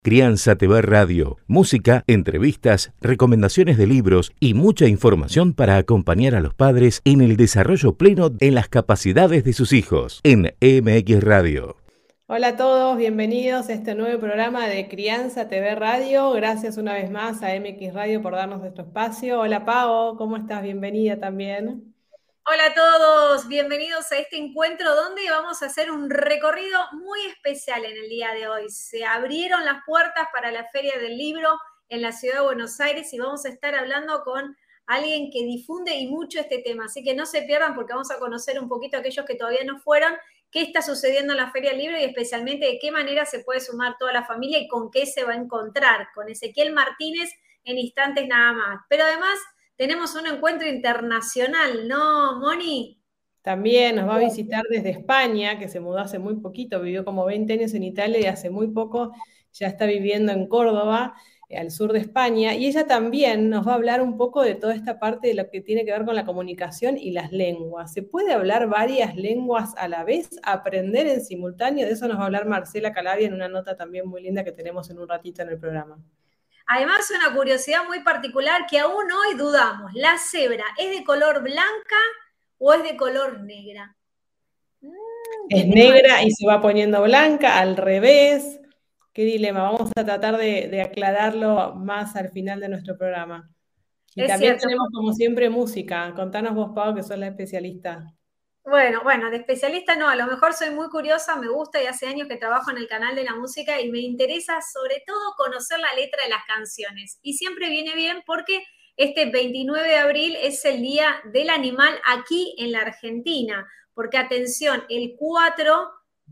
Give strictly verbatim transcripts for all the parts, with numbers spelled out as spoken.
Crianza T V Radio, música, entrevistas, recomendaciones de libros y mucha información para acompañar a los padres en el desarrollo pleno en las capacidades de sus hijos en E M X Radio. Hola a todos, bienvenidos a este nuevo programa de Crianza T V Radio. Gracias una vez más a E M X Radio por darnos nuestro espacio. Hola Pao, ¿cómo estás? Bienvenida también. Hola a todos, bienvenidos a este encuentro donde vamos a hacer un recorrido muy especial en el día de hoy. Se abrieron las puertas para la Feria del Libro en la ciudad de Buenos Aires y vamos a estar hablando con alguien que difunde y mucho este tema. Así que no se pierdan porque vamos a conocer un poquito a aquellos que todavía no fueron, qué está sucediendo en la Feria del Libro y especialmente de qué manera se puede sumar toda la familia y con qué se va a encontrar. Con Ezequiel Martínez en instantes nada más. Pero además tenemos un encuentro internacional, ¿no, Moni? También nos va a visitar desde España, que se mudó hace muy poquito, vivió como veinte años en Italia y hace muy poco ya está viviendo en Córdoba, eh, al sur de España. Y ella también nos va a hablar un poco de toda esta parte de lo que tiene que ver con la comunicación y las lenguas. ¿Se puede hablar varias lenguas a la vez? ¿Aprender en simultáneo? De eso nos va a hablar Marcela Calabia en una nota también muy linda que tenemos en un ratito en el programa. Además, una curiosidad muy particular que aún hoy dudamos. ¿La cebra es de color blanca o es de color negra? Es negra y se va poniendo blanca, al revés. Qué dilema. Vamos a tratar de, de aclararlo más al final de nuestro programa. Y es también cierto. tenemos, como siempre, música. Contanos vos, Pau, que sos la especialista. Bueno, bueno, de especialista no, a lo mejor soy muy curiosa, me gusta y hace años que trabajo en el canal de la música y me interesa sobre todo conocer la letra de las canciones. Y siempre viene bien porque este veintinueve de abril es el Día del Animal aquí en la Argentina. Porque atención, el cuatro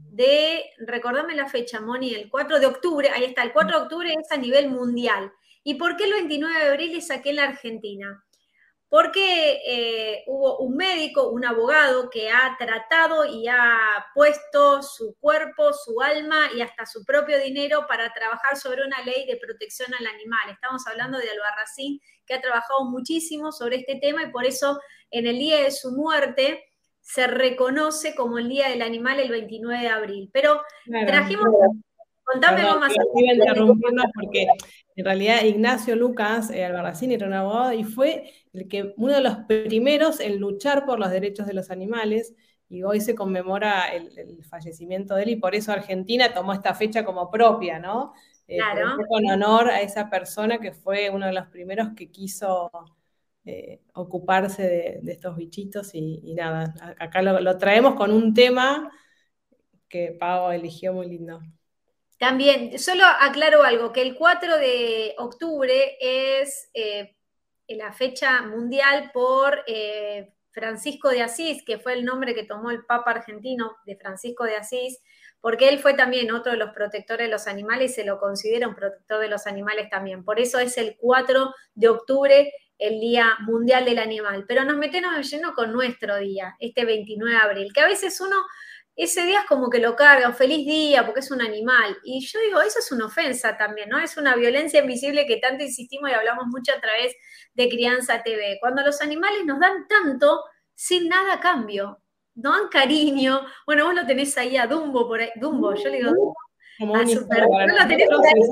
de, recordame la fecha, Moni, el cuatro de octubre, ahí está, el cuatro de octubre es a nivel mundial. ¿Y por qué el veintinueve de abril es aquí en la Argentina? Porque eh, hubo un médico, un abogado que ha tratado y ha puesto su cuerpo, su alma y hasta su propio dinero para trabajar sobre una ley de protección al animal. Estamos hablando de Albarracín, que ha trabajado muchísimo sobre este tema y por eso en el día de su muerte se reconoce como el Día del Animal el veintinueve de abril. Pero claro, trajimos... Contámelo más. Iba a interrumpirnos porque en realidad Ignacio Lucas eh, Albarracín era un abogado y fue el que, uno de los primeros en luchar por los derechos de los animales, y hoy se conmemora el, el fallecimiento de él y por eso Argentina tomó esta fecha como propia, ¿no? Eh, claro. Con honor a esa persona que fue uno de los primeros que quiso eh, ocuparse de, de estos bichitos y, y nada, acá lo, lo traemos con un tema que Pau eligió muy lindo. También, solo aclaro algo, que el cuatro de octubre es eh, la fecha mundial por eh, Francisco de Asís, que fue el nombre que tomó el Papa argentino de Francisco de Asís, porque él fue también otro de los protectores de los animales y se lo considera un protector de los animales también. Por eso es el cuatro de octubre el Día Mundial del Animal. Pero nos metemos en lleno con nuestro día, este veintinueve de abril, que a veces uno... ese día es como que lo carga, feliz día, porque es un animal. Y yo digo, eso es una ofensa también, ¿no? Es una violencia invisible que tanto insistimos y hablamos mucho a través de Crianza T V. Cuando los animales nos dan tanto sin nada a cambio, nos dan cariño. Bueno, vos lo tenés ahí a Dumbo, por ahí. Dumbo, yo le digo Dumbo. Como a un Super, para no lo tenés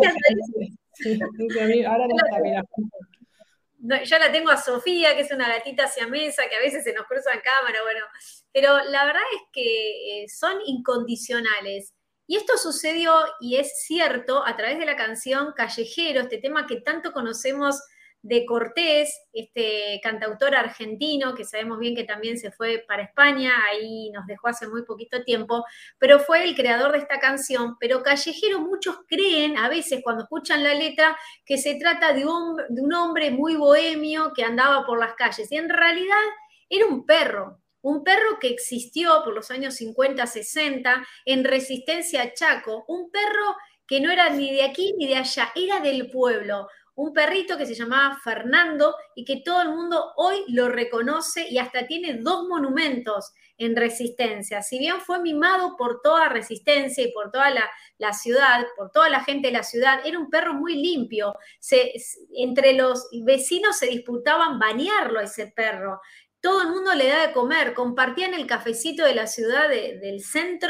ahí, ahora no está, mira. No, yo la tengo a Sofía, que es una gatita siamesa, que a veces se nos cruza en cámara, bueno, pero la verdad es que eh, son incondicionales. Y esto sucedió, y es cierto, a través de la canción Callejero, este tema que tanto conocemos de Cortés, este cantautor argentino, que sabemos bien que también se fue para España, ahí nos dejó hace muy poquito tiempo, pero fue el creador de esta canción. Pero Callejero, muchos creen, a veces cuando escuchan la letra, que se trata de un, de un hombre muy bohemio que andaba por las calles, y en realidad era un perro, un perro que existió por los años cincuenta, sesenta, en Resistencia a Chaco, un perro que no era ni de aquí ni de allá, era del pueblo, un perrito que se llamaba Fernando y que todo el mundo hoy lo reconoce y hasta tiene dos monumentos en Resistencia. Si bien fue mimado por toda Resistencia y por toda la, la ciudad, por toda la gente de la ciudad, era un perro muy limpio. Se, entre los vecinos se disputaban bañarlo a ese perro. Todo el mundo le da de comer, compartían el cafecito de la ciudad, de, del centro,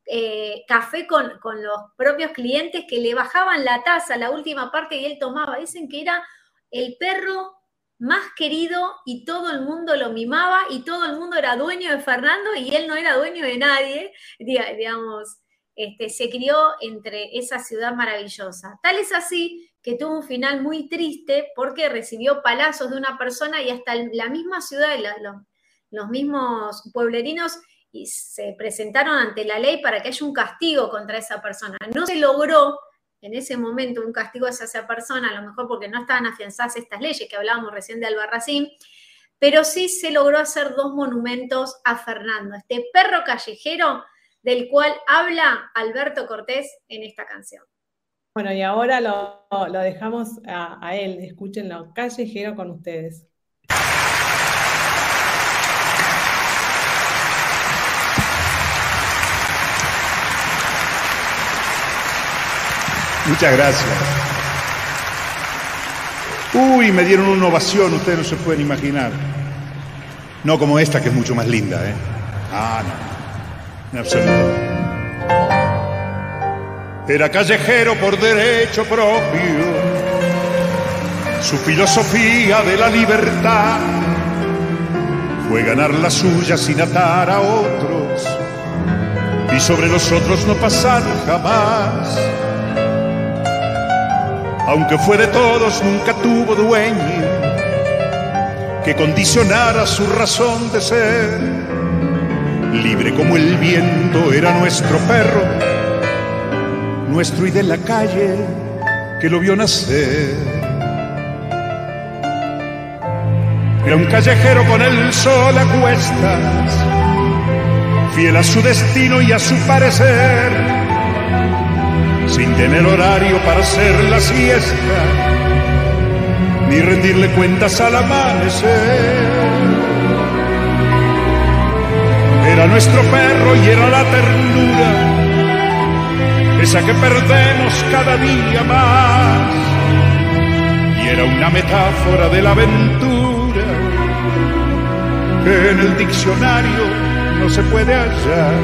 eh, café con, con los propios clientes que le bajaban la taza, la última parte, y él tomaba. Dicen que era el perro más querido y todo el mundo lo mimaba y todo el mundo era dueño de Fernando y él no era dueño de nadie, digamos, este, se crió entre esa ciudad maravillosa. Tal es así que tuvo un final muy triste porque recibió palazos de una persona y hasta la misma ciudad, los, los mismos pueblerinos y se presentaron ante la ley para que haya un castigo contra esa persona. No se logró en ese momento un castigo hacia esa persona, a lo mejor porque no estaban afianzadas estas leyes que hablábamos recién de Albarracín, pero sí se logró hacer dos monumentos a Fernando, este perro callejero del cual habla Alberto Cortés en esta canción. Bueno, y ahora lo, lo dejamos a, a él, escúchenlo, Callejero con ustedes. Muchas gracias. Uy, me dieron una ovación, ustedes no se pueden imaginar. No como esta, que es mucho más linda, ¿eh? Ah, no, en absoluto. Era callejero por derecho propio, su filosofía de la libertad fue ganar la suya sin atar a otros y sobre los otros no pasar jamás. Aunque fue de todos, nunca tuvo dueño que condicionara su razón de ser. Libre como el viento era nuestro perro, nuestro y de la calle que lo vio nacer. Era un callejero con el sol a cuestas, fiel a su destino y a su parecer, sin tener horario para hacer la siesta, ni rendirle cuentas al amanecer. Era nuestro perro y era la ternura, esa que perdemos cada día más, y era una metáfora de la aventura que en el diccionario no se puede hallar.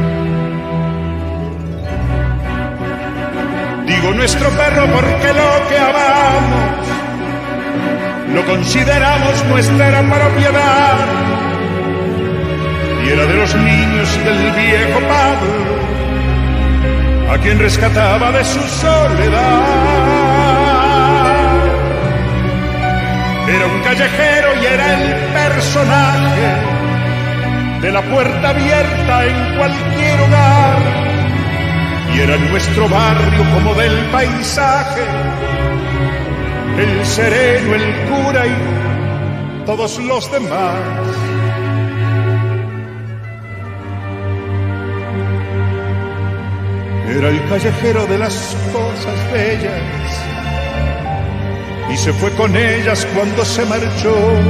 Digo nuestro perro porque lo que amamos lo consideramos nuestra propiedad, y era de los niños del viejo Pablo a quien rescataba de su soledad. Era un callejero y era el personaje de la puerta abierta en cualquier hogar, y era nuestro barrio como del paisaje, el sereno, el cura y todos los demás. Era el callejero de las cosas bellas y se fue con ellas cuando se marchó.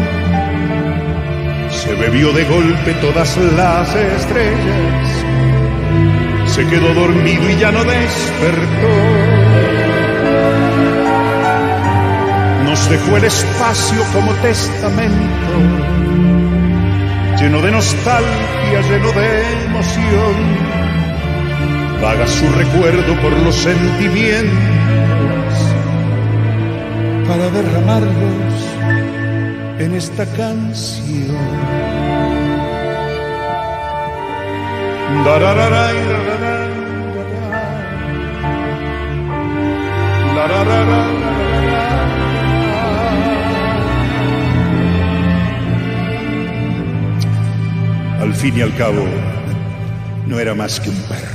Se bebió de golpe todas las estrellas, se quedó dormido y ya no despertó. Nos dejó el espacio como testamento, lleno de nostalgia, lleno de emoción. Vaga su recuerdo por los sentimientos para derramarlos en esta canción. Darararay, darararay, darararay, darararay. Al fin y al cabo, no era más que un perro.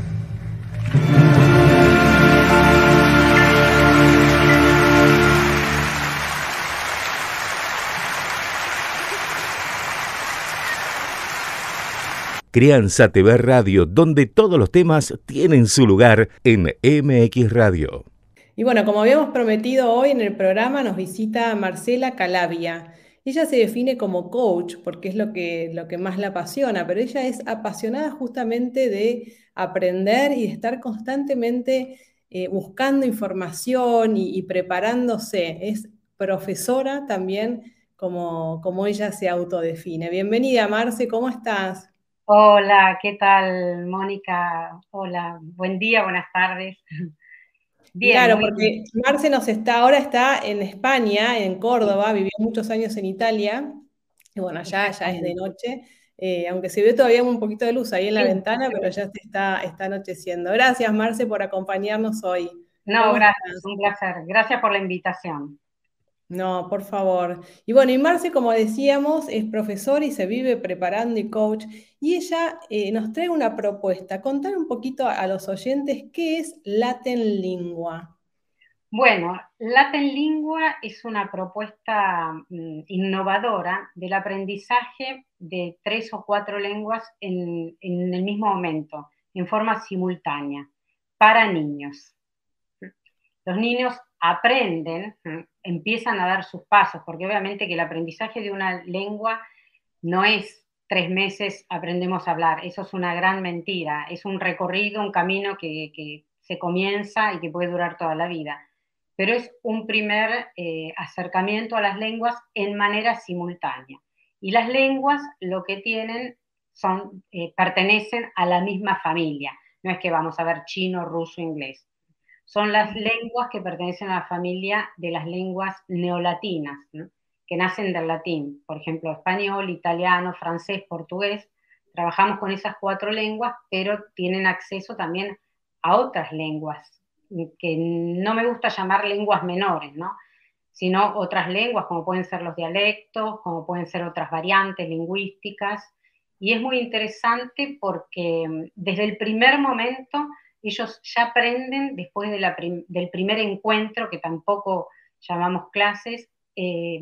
Crianza T V Radio, donde todos los temas tienen su lugar en M X Radio. Y bueno, como habíamos prometido, hoy en el programa nos visita Marcela Calabia. Ella se define como coach porque es lo que, lo que más la apasiona, pero ella es apasionada justamente de aprender y de estar constantemente eh, buscando información y, y preparándose. Es profesora también, como, como ella se autodefine. Bienvenida, Marce, ¿cómo estás? Hola, ¿qué tal, Mónica? Hola, buen día, buenas tardes. Bien, Claro, muy porque bien. Marce nos está, ahora está en España, en Córdoba, vivió muchos años en Italia, y bueno, ya, ya es de Exactamente. noche, eh, aunque se ve todavía un poquito de luz ahí en la Sí, ventana, pero ya se está, está anocheciendo. Gracias, Marce, por acompañarnos hoy. no, ¿Cómo gracias, estás? un placer. Gracias por la invitación. No, por favor. Y bueno, y Marce, como decíamos, es profesora y se vive preparando y coach. Y ella eh, nos trae una propuesta. Contar un poquito a, a los oyentes qué es Latin Lingua. Bueno, Latin Lingua es una propuesta mm, innovadora del aprendizaje de tres o cuatro lenguas en, en el mismo momento, en forma simultánea, para niños. Los niños aprenden, empiezan a dar sus pasos, porque obviamente que el aprendizaje de una lengua no es tres meses aprendemos a hablar, eso es una gran mentira, es un recorrido, un camino que, que se comienza y que puede durar toda la vida, pero es un primer eh, acercamiento a las lenguas en manera simultánea. Y las lenguas lo que tienen son, eh, pertenecen a la misma familia, no es que vamos a ver chino, ruso, inglés. Son las lenguas que pertenecen a la familia de las lenguas neolatinas, ¿no? Que nacen del latín, por ejemplo, español, italiano, francés, portugués. Trabajamos con esas cuatro lenguas, pero tienen acceso también a otras lenguas, que no me gusta llamar lenguas menores, ¿no? Sino otras lenguas, como pueden ser los dialectos, como pueden ser otras variantes lingüísticas. Y es muy interesante porque desde el primer momento ellos ya aprenden, después de la prim del primer encuentro, que tampoco llamamos clases, eh,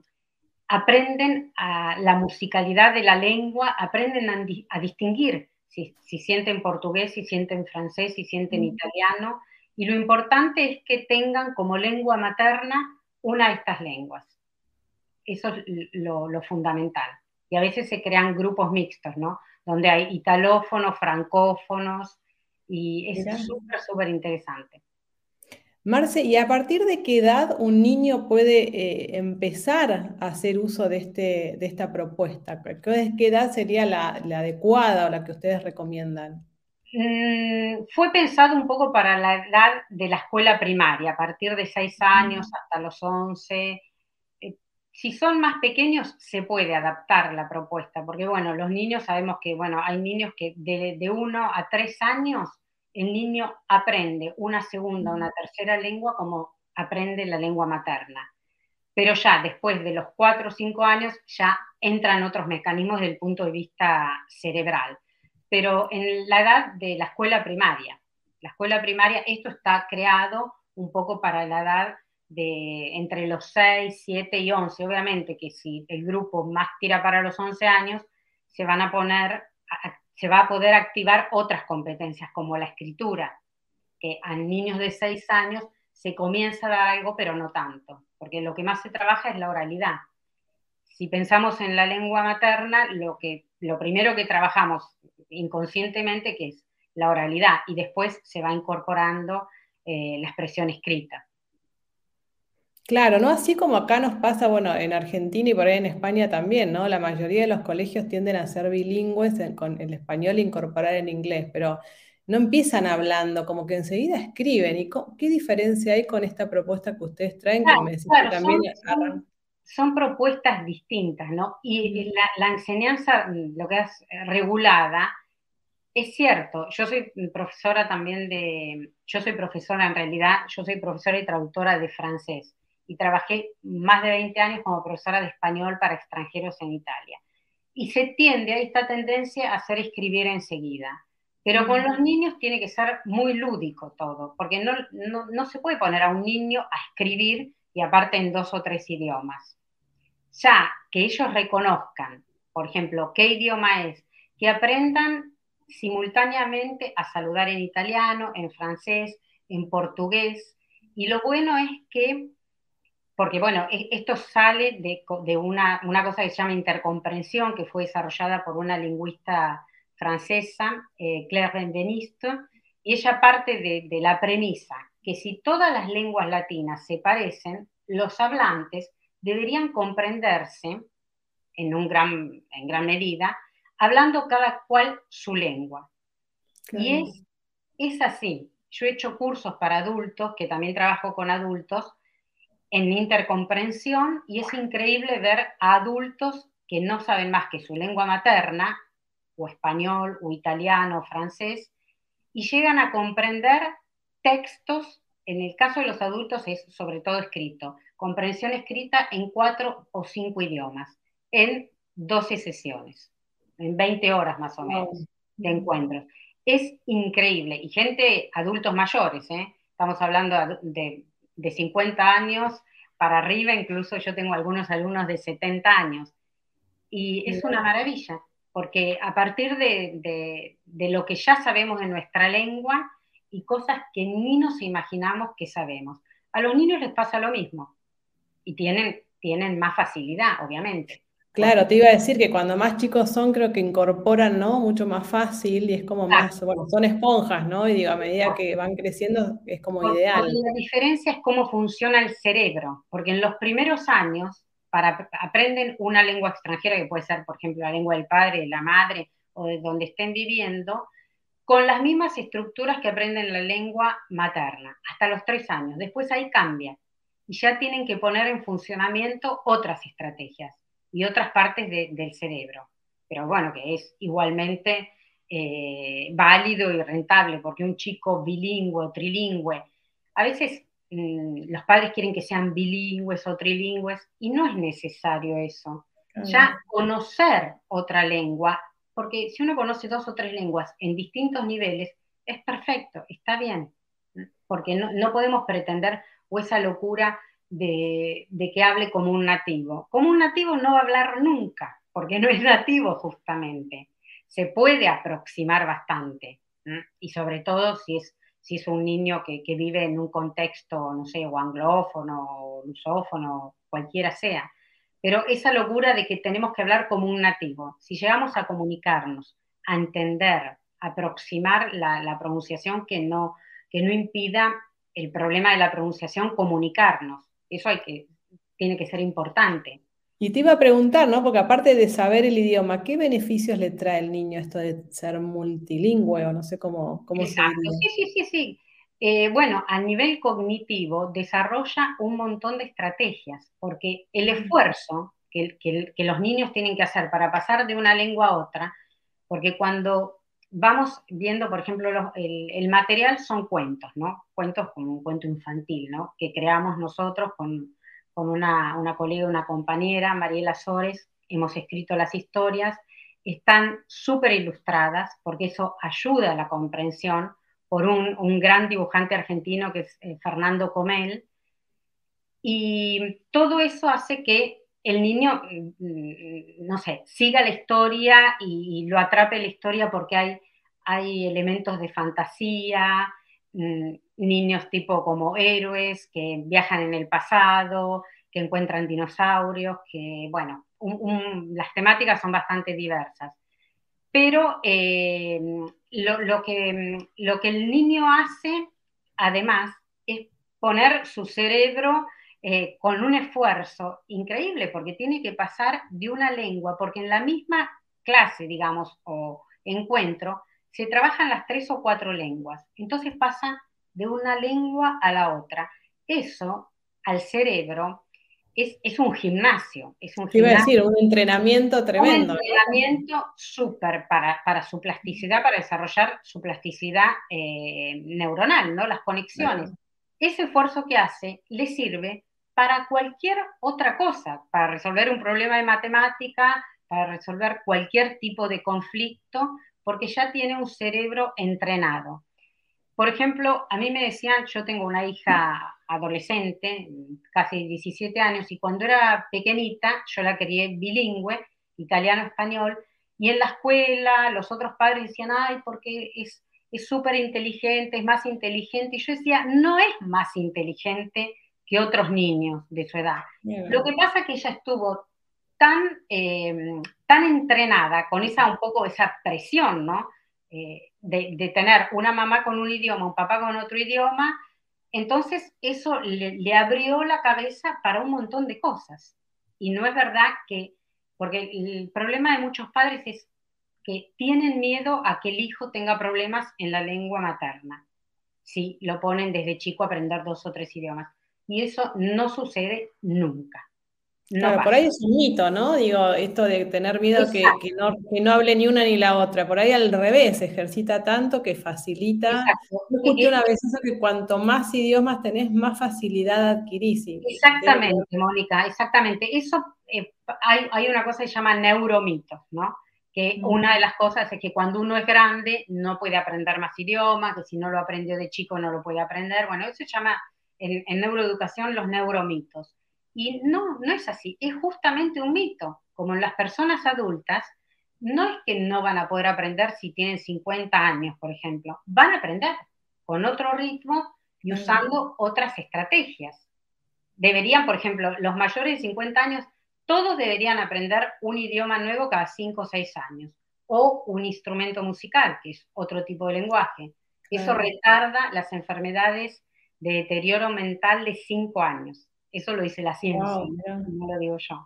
aprenden a la musicalidad de la lengua, aprenden a, a distinguir si, si sienten portugués, si sienten francés, si sienten italiano, y lo importante es que tengan como lengua materna una de estas lenguas. Eso es lo, lo fundamental. Y a veces se crean grupos mixtos, ¿no? Donde hay italófonos, francófonos, y es Mirá. súper, súper interesante. Marce, ¿y a partir de qué edad un niño puede eh, empezar a hacer uso de, este, de esta propuesta? ¿Qué, qué edad sería la, la adecuada o la que ustedes recomiendan? Mm, fue pensado un poco para la edad de la escuela primaria, a partir de seis años hasta los once. Eh, si son más pequeños, se puede adaptar la propuesta, porque bueno, los niños sabemos que, bueno, hay niños que de, de uno a tres años, el niño aprende una segunda, una tercera lengua como aprende la lengua materna. Pero ya después de los cuatro o cinco años ya entran otros mecanismos desde el punto de vista cerebral. Pero en la edad de la escuela primaria, la escuela primaria, esto está creado un poco para la edad de entre los seis, siete y once. Obviamente que si el grupo más tira para los once años, se van a poner, se va a poder activar otras competencias como la escritura, que a niños de seis años se comienza a dar algo, pero no tanto, porque lo que más se trabaja es la oralidad. Si pensamos en la lengua materna, lo, que, lo primero que trabajamos inconscientemente que es la oralidad, y después se va incorporando eh, la expresión escrita. Claro, ¿no? Así como acá nos pasa, bueno, en Argentina y por ahí en España también, ¿no? La mayoría de los colegios tienden a ser bilingües en- con el español e incorporar en inglés, pero no empiezan hablando, como que enseguida escriben. ¿Y co- qué diferencia hay con esta propuesta que ustedes traen, que Claro, me decís que claro, también son, agarran? son, son propuestas distintas, ¿no? Y la, la enseñanza, lo que es regulada, es cierto, yo soy profesora también de, yo soy profesora en realidad, yo soy profesora y traductora de francés y trabajé más de veinte años como profesora de español para extranjeros en Italia. Y se tiende a esta tendencia a hacer escribir enseguida. Pero con los niños tiene que ser muy lúdico todo, porque no, no, no se puede poner a un niño a escribir y aparte en dos o tres idiomas. Ya que ellos reconozcan, por ejemplo, qué idioma es, que aprendan simultáneamente a saludar en italiano, en francés, en portugués. Y lo bueno es que, porque bueno, esto sale de, de una, una, cosa que se llama intercomprensión, que fue desarrollada por una lingüista francesa, eh, Claire Benveniste, y ella parte de, de la premisa que si todas las lenguas latinas se parecen, los hablantes deberían comprenderse en, un gran, en gran medida hablando cada cual su lengua. Claro. Y es, es así. Yo he hecho cursos para adultos, que también trabajo con adultos, en intercomprensión, y es increíble ver a adultos que no saben más que su lengua materna, o español, o italiano, o francés, y llegan a comprender textos. En el caso de los adultos es sobre todo escrito, comprensión escrita en cuatro o cinco idiomas, en doce sesiones, en veinte horas más o menos, Wow. de encuentros. Es increíble, y gente, adultos mayores, ¿eh? Estamos hablando de, de cincuenta años para arriba, incluso yo tengo algunos alumnos de setenta años, y es una maravilla, porque a partir de, de, de lo que ya sabemos en nuestra lengua y cosas que ni nos imaginamos que sabemos. A los niños les pasa lo mismo, y tienen, tienen más facilidad, obviamente. Claro, te iba a decir que cuando más chicos son, creo que incorporan, ¿no? Mucho más fácil y es como más, bueno, son esponjas, ¿no? Y digo, a medida que van creciendo es como ideal. La diferencia es cómo funciona el cerebro, porque en los primeros años para, aprenden una lengua extranjera, que puede ser, por ejemplo, la lengua del padre, de la madre, o de donde estén viviendo, con las mismas estructuras que aprenden la lengua materna, hasta los tres años. Después ahí cambia, y ya tienen que poner en funcionamiento otras estrategias y otras partes de, del cerebro. Pero bueno, que es igualmente eh, válido y rentable, porque un chico bilingüe o trilingüe, a veces mmm, los padres quieren que sean bilingües o trilingües, y no es necesario eso. Claro. Ya conocer otra lengua, porque si uno conoce dos o tres lenguas en distintos niveles, es perfecto, está bien, porque no, no podemos pretender, o esa locura de, de que hable como un nativo. Como un nativo no va a hablar nunca, porque no es nativo justamente. Se puede aproximar bastante, ¿eh? Y sobre todo si es, si es un niño que, que vive en un contexto, no sé, o anglófono, o lusófono, cualquiera sea. Pero esa locura de que tenemos que hablar como un nativo, si llegamos a comunicarnos, a entender, a aproximar la, la pronunciación que no, que no impida el problema de la pronunciación, comunicarnos. Eso hay que, tiene que ser importante. Y te iba a preguntar, ¿no? Porque aparte de saber el idioma, ¿qué beneficios le trae al niño esto de ser multilingüe o no sé cómo, cómo se diría? Sí, sí, sí, sí. Eh, bueno, a nivel cognitivo desarrolla un montón de estrategias, porque el esfuerzo que, que, que los niños tienen que hacer para pasar de una lengua a otra, porque cuando vamos viendo, por ejemplo, los, el, el material son cuentos, ¿no? Cuentos como un cuento infantil, ¿no? Que creamos nosotros con, con una, una colega, una compañera, Mariela Sores, hemos escrito las historias, están súper ilustradas, porque eso ayuda a la comprensión, por un, un gran dibujante argentino que es eh, Fernando Comel, y todo eso hace que el niño, no sé, siga la historia y, y lo atrape la historia, porque hay, hay elementos de fantasía, mmm, niños tipo como héroes que viajan en el pasado, que encuentran dinosaurios, que, bueno, un, un, las temáticas son bastante diversas. Pero eh, lo, lo, que, lo que el niño hace, además, es poner su cerebro eh, con un esfuerzo increíble, porque tiene que pasar de una lengua, porque en la misma clase, digamos, o encuentro, se trabajan las tres o cuatro lenguas. Entonces pasa de una lengua a la otra. Eso, al cerebro, Es, es un gimnasio. Es un Te iba gimnasio, a decir, un entrenamiento tremendo. Un entrenamiento ¿no? súper para, para su plasticidad, para desarrollar su plasticidad eh, neuronal, ¿no? Las conexiones. Claro. Ese esfuerzo que hace le sirve para cualquier otra cosa, para resolver un problema de matemática, para resolver cualquier tipo de conflicto, porque ya tiene un cerebro entrenado. Por ejemplo, a mí me decían, yo tengo una hija adolescente, casi diecisiete años, y cuando era pequeñita yo la crié bilingüe, italiano-español, y en la escuela los otros padres decían, ay, porque es es súper inteligente, es más inteligente, y yo decía, no es más inteligente que otros niños de su edad. Yeah. Lo que pasa es que ella estuvo tan, eh, tan entrenada con esa un poco esa presión, ¿no? Eh, de, de tener una mamá con un idioma, un papá con otro idioma, entonces eso le, le abrió la cabeza para un montón de cosas. Y no es verdad que, porque el problema de muchos padres es que tienen miedo a que el hijo tenga problemas en la lengua materna, si lo ponen desde chico a aprender dos o tres idiomas. Y eso no sucede nunca. No Claro, pasa. por ahí es un mito, ¿no? Digo, esto de tener miedo que, que, no, que no hable ni una ni la otra. Por ahí al revés, ejercita tanto que facilita. Exacto. Yo escuché una vez eso, que cuanto más idiomas tenés, más facilidad adquirís. Y Exactamente, debe... Mónica, exactamente. Eso, eh, hay, hay una cosa que se llama neuromitos, ¿no? Que Mm. una de las cosas es que cuando uno es grande no puede aprender más idiomas, que si no lo aprendió de chico no lo puede aprender. Bueno, eso se llama en, en neuroeducación los neuromitos. Y no, no es así, es justamente un mito. Como en las personas adultas, no es que no van a poder aprender si tienen cincuenta años, por ejemplo. Van a aprender con otro ritmo y usando otras estrategias. Deberían, por ejemplo, los mayores de cincuenta años, todos deberían aprender un idioma nuevo cada cinco o seis años, o un instrumento musical, que es otro tipo de lenguaje. Eso retarda las enfermedades de deterioro mental de cinco años. Eso lo dice la ciencia, Wow, ¿no? No lo digo yo.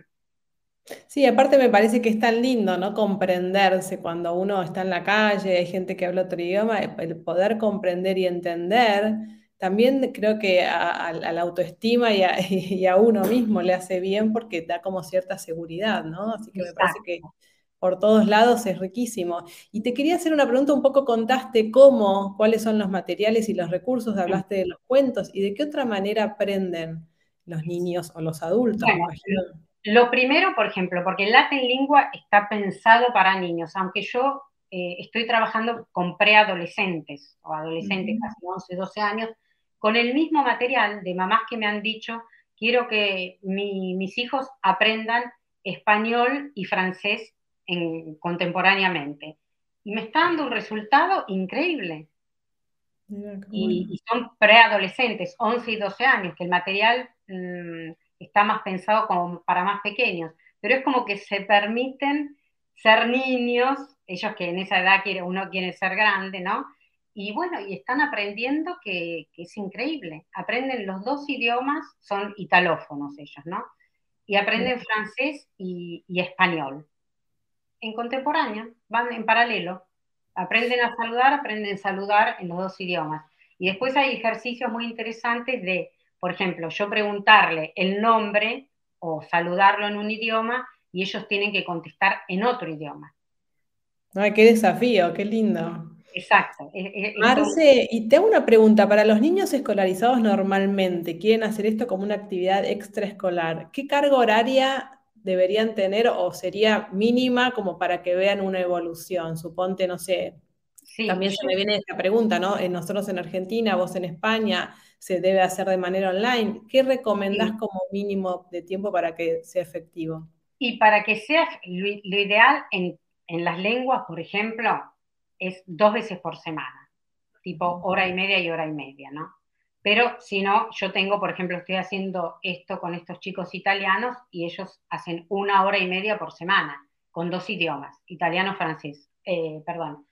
Sí, aparte me parece que es tan lindo, ¿no? Comprenderse cuando uno está en la calle, hay gente que habla otro idioma, el poder comprender y entender, también creo que a, a- a la autoestima y a, y a uno mismo le hace bien porque da como cierta seguridad, ¿no? Así que me parece Exacto. que por todos lados es riquísimo. Y te quería hacer una pregunta, un poco contaste cómo, cuáles son los materiales y los recursos, hablaste de los cuentos, y de qué otra manera aprenden los niños o los adultos, me Bueno, imagino. lo primero, por ejemplo, porque el Latin Lingua está pensado para niños, aunque yo eh, estoy trabajando con preadolescentes o adolescentes, Ujú. casi once, doce años, con el mismo material de mamás que me han dicho, quiero que mi, mis hijos aprendan español y francés en, contemporáneamente. Y me está dando un resultado increíble. Mira, qué Y, bueno. y son preadolescentes, once y doce años, que el material mmm, está más pensado como para más pequeños, pero es como que se permiten ser niños, ellos que en esa edad quiere, uno quiere ser grande, ¿no? Y bueno, y están aprendiendo que, que es increíble, aprenden los dos idiomas, son italófonos ellos, ¿no? Y aprenden francés y, y español en contemporánea, van en paralelo. Aprenden a saludar, aprenden a saludar en los dos idiomas. Y después hay ejercicios muy interesantes de, por ejemplo, yo preguntarle el nombre o saludarlo en un idioma y ellos tienen que contestar en otro idioma. Ay, qué desafío, qué lindo. Exacto. Eso... Marce, y te hago una pregunta, para los niños escolarizados normalmente, quieren hacer esto como una actividad extraescolar, ¿qué carga horaria deberían tener o sería mínima como para que vean una evolución? Suponte, no sé, Sí, también se yo, me viene esta pregunta, ¿no? Eh, Nosotros en Argentina, vos en España, se debe hacer de manera online. ¿Qué recomendás sí. como mínimo de tiempo para que sea efectivo? Y para que sea lo, lo ideal en, en las lenguas, por ejemplo, es dos veces por semana, tipo hora y media y hora y media, ¿no? Pero si no, yo tengo, por ejemplo, estoy haciendo esto con estos chicos italianos y ellos hacen una hora y media por semana, con dos idiomas, italiano-francés, eh, perdón,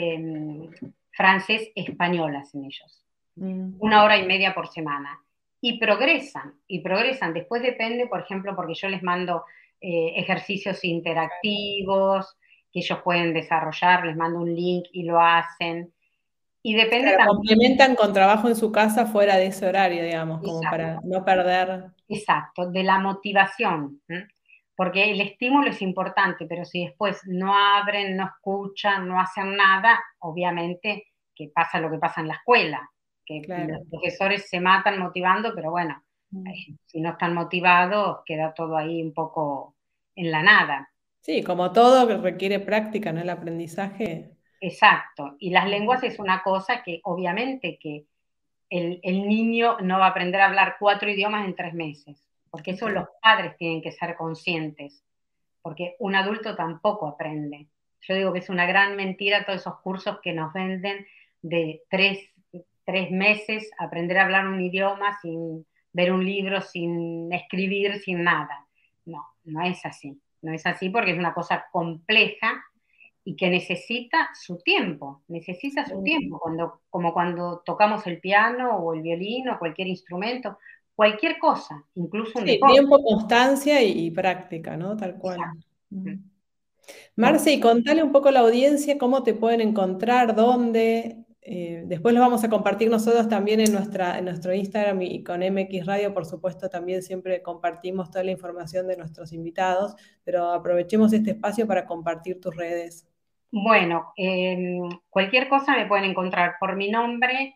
eh, francés-español hacen ellos, Mm. una hora y media por semana. Y progresan, y progresan. Después depende, por ejemplo, porque yo les mando eh, ejercicios interactivos que ellos pueden desarrollar, les mando un link y lo hacen. Y depende Claro, también. complementan con trabajo en su casa fuera de ese horario, digamos, como Exacto, para no perder. exacto, de la motivación, ¿eh? Porque el estímulo es importante, pero si después no abren, no escuchan, no hacen nada, obviamente que pasa lo que pasa en la escuela, que Claro. los profesores se matan motivando, pero bueno, eh, si no están motivados, queda todo ahí un poco en la nada. Sí, como todo que requiere práctica, ¿no? El aprendizaje. Exacto, y las lenguas es una cosa que obviamente que el, el niño no va a aprender a hablar cuatro idiomas en tres meses, porque eso los padres tienen que ser conscientes, porque un adulto tampoco aprende. Yo digo que es una gran mentira todos esos cursos que nos venden de tres, tres meses aprender a hablar un idioma sin ver un libro, sin escribir, sin nada. No, no es así. No es así porque es una cosa compleja y que necesita su tiempo, necesita su tiempo, cuando, como cuando tocamos el piano o el violín o cualquier instrumento, cualquier cosa, incluso un Sí, deporte. tiempo, constancia y, y práctica, ¿no? Tal cual. Exacto. Mm. Marce, y contale un poco a la audiencia cómo te pueden encontrar, dónde. Eh, después lo vamos a compartir nosotros también en, nuestra, en nuestro Instagram y con M X Radio, por supuesto, también siempre compartimos toda la información de nuestros invitados, pero aprovechemos este espacio para compartir tus redes. Bueno, eh, cualquier cosa me pueden encontrar por mi nombre,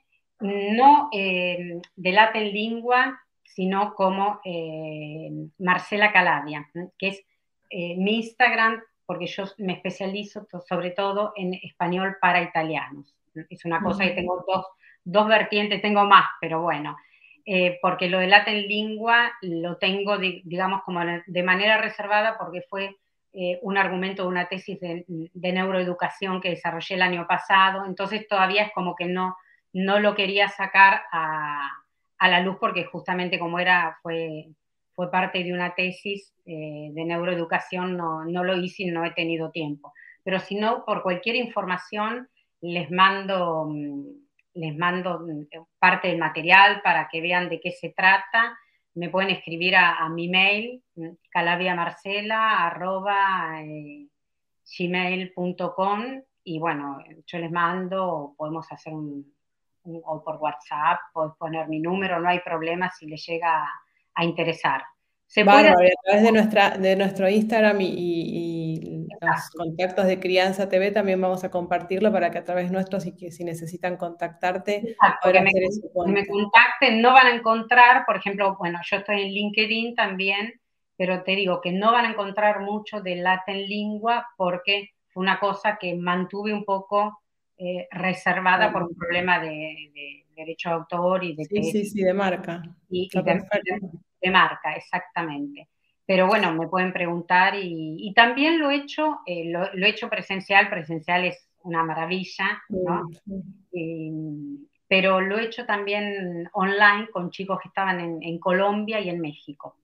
no eh, de Latin Lingua, sino como eh, Marcela Calabia, que es eh, mi Instagram, porque yo me especializo sobre todo en español para italianos. Es una cosa que tengo dos, dos vertientes, tengo más, pero bueno, eh, porque lo de Latin Lingua lo tengo, de, digamos, como de manera reservada, porque fue eh, un argumento de una tesis de, de neuroeducación que desarrollé el año pasado, entonces todavía es como que no, no lo quería sacar a, a la luz, porque justamente como era, fue, fue parte de una tesis eh, de neuroeducación, no, no lo hice y no he tenido tiempo. Pero si no, por cualquier información, les mando, les mando parte del material para que vean de qué se trata. Me pueden escribir a, a mi mail, calabiamarcela arroba eh, gmail punto com, y bueno, yo les mando, podemos hacer un, un, o por WhatsApp, puedes poner mi número, no hay problema si les llega a, a interesar. Se Bárbaro, puede... a través de, nuestra, de nuestro Instagram y, y, y los contactos de Crianza T V también vamos a compartirlo para que a través nuestro, si, que, si necesitan contactarte, Exacto, que me, me contacten, no van a encontrar, por ejemplo, bueno, yo estoy en LinkedIn también, pero te digo que no van a encontrar mucho de Latin Lingua porque fue una cosa que mantuve un poco eh, reservada por un problema de, de derecho de autor y de... Sí, sí, sí, de marca. Y, y de, de, de marca, exactamente. Pero bueno, me pueden preguntar y, y también lo he hecho, eh, lo, lo he hecho presencial, presencial es una maravilla, ¿no? Sí. Y, pero lo he hecho también online con chicos que estaban en, en Colombia y en México,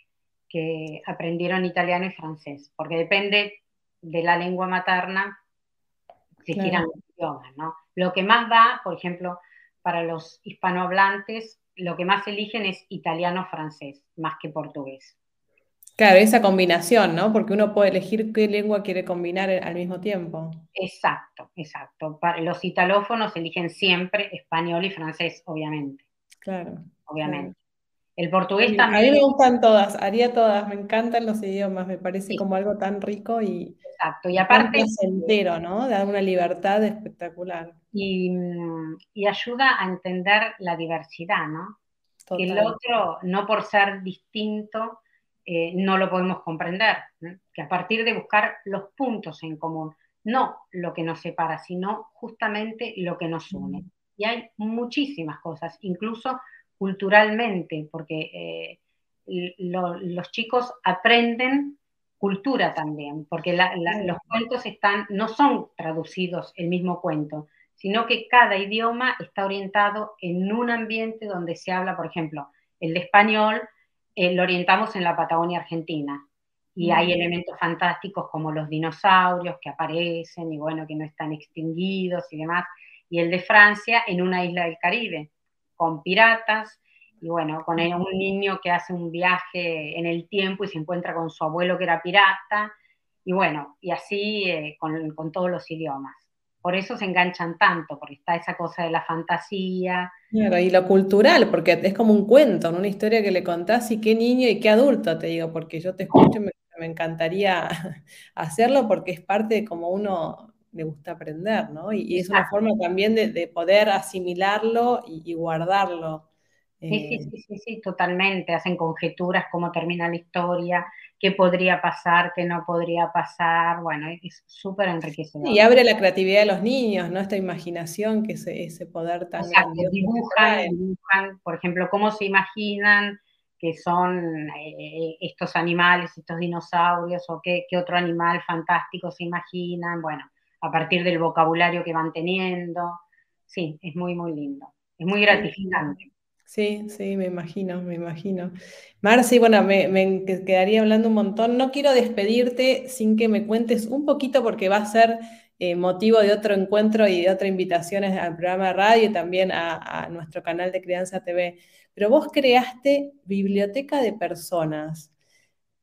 que aprendieron italiano y francés, porque depende de la lengua materna, existirán claro. los idiomas, ¿no? Lo que más va, por ejemplo, para los hispanohablantes, lo que más eligen es italiano-francés, más que portugués. Claro, esa combinación, ¿no? Porque uno puede elegir qué lengua quiere combinar al mismo tiempo. Exacto, exacto. Para los italófonos eligen siempre español y francés, obviamente. Claro. Obviamente. Claro. El portugués sí, también. A mí me gustan todas, haría todas, me encantan los idiomas, me parece sí. como algo tan rico y, exacto. Y aparte, placentero, ¿no? Da una libertad espectacular. Y, y ayuda a entender la diversidad, ¿no? Total. Que el otro, no por ser distinto, eh, no lo podemos comprender, ¿no? Que a partir de buscar los puntos en común, no lo que nos separa, sino justamente lo que nos une. Mm. Y hay muchísimas cosas, incluso culturalmente, porque eh, lo, los chicos aprenden cultura también, porque la, la, los cuentos están, no son traducidos el mismo cuento, sino que cada idioma está orientado en un ambiente donde se habla, por ejemplo, el de español eh, lo orientamos en la Patagonia Argentina, y hay elementos fantásticos como los dinosaurios que aparecen y bueno, que no están extinguidos y demás, y el de Francia en una isla del Caribe, con piratas, y bueno, con un niño que hace un viaje en el tiempo y se encuentra con su abuelo que era pirata, y bueno, y así eh, con, con todos los idiomas. Por eso se enganchan tanto, porque está esa cosa de la fantasía. Claro, y lo cultural, porque es como un cuento, ¿no? Una historia que le contás y qué niño y qué adulto, te digo, porque yo te escucho y me, me encantaría hacerlo porque es parte de cómo uno le gusta aprender, ¿no? Y, y es una forma también de, de poder asimilarlo y, y guardarlo. Sí, sí, sí, sí, sí, totalmente. Hacen conjeturas, cómo termina la historia, qué podría pasar, qué no podría pasar. Bueno, es súper enriquecedor. Y abre la creatividad de los niños, ¿no? Esta imaginación, que ese, ese poder tan Exacto, grandioso. Dibujan, dibujan, por ejemplo, cómo se imaginan que son eh, estos animales, estos dinosaurios, o qué, qué otro animal fantástico se imaginan. Bueno, a partir del vocabulario que van teniendo. Sí, es muy, muy lindo. Es muy gratificante. Sí, sí, me imagino, me imagino. Marci, bueno, me, me quedaría hablando un montón. No quiero despedirte sin que me cuentes un poquito, porque va a ser eh, motivo de otro encuentro y de otra invitación al programa de radio y también a, a nuestro canal de Crianza T V. Pero vos creaste Biblioteca de Personas.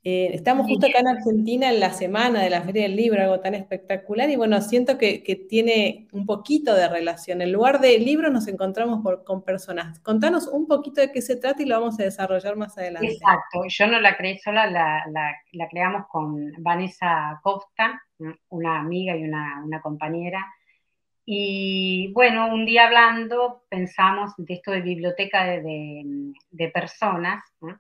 Eh, estamos justo acá en Argentina en la semana de la Feria del Libro, algo tan espectacular, y bueno, siento que, que tiene un poquito de relación. En lugar de libros nos encontramos por, con personas. Contanos un poquito de qué se trata y lo vamos a desarrollar más adelante. Exacto, yo no la creé sola, la, la, la creamos con Vanessa Costa, una amiga y una, una compañera. Y bueno, un día hablando pensamos de esto de biblioteca de, de, de personas, ¿no?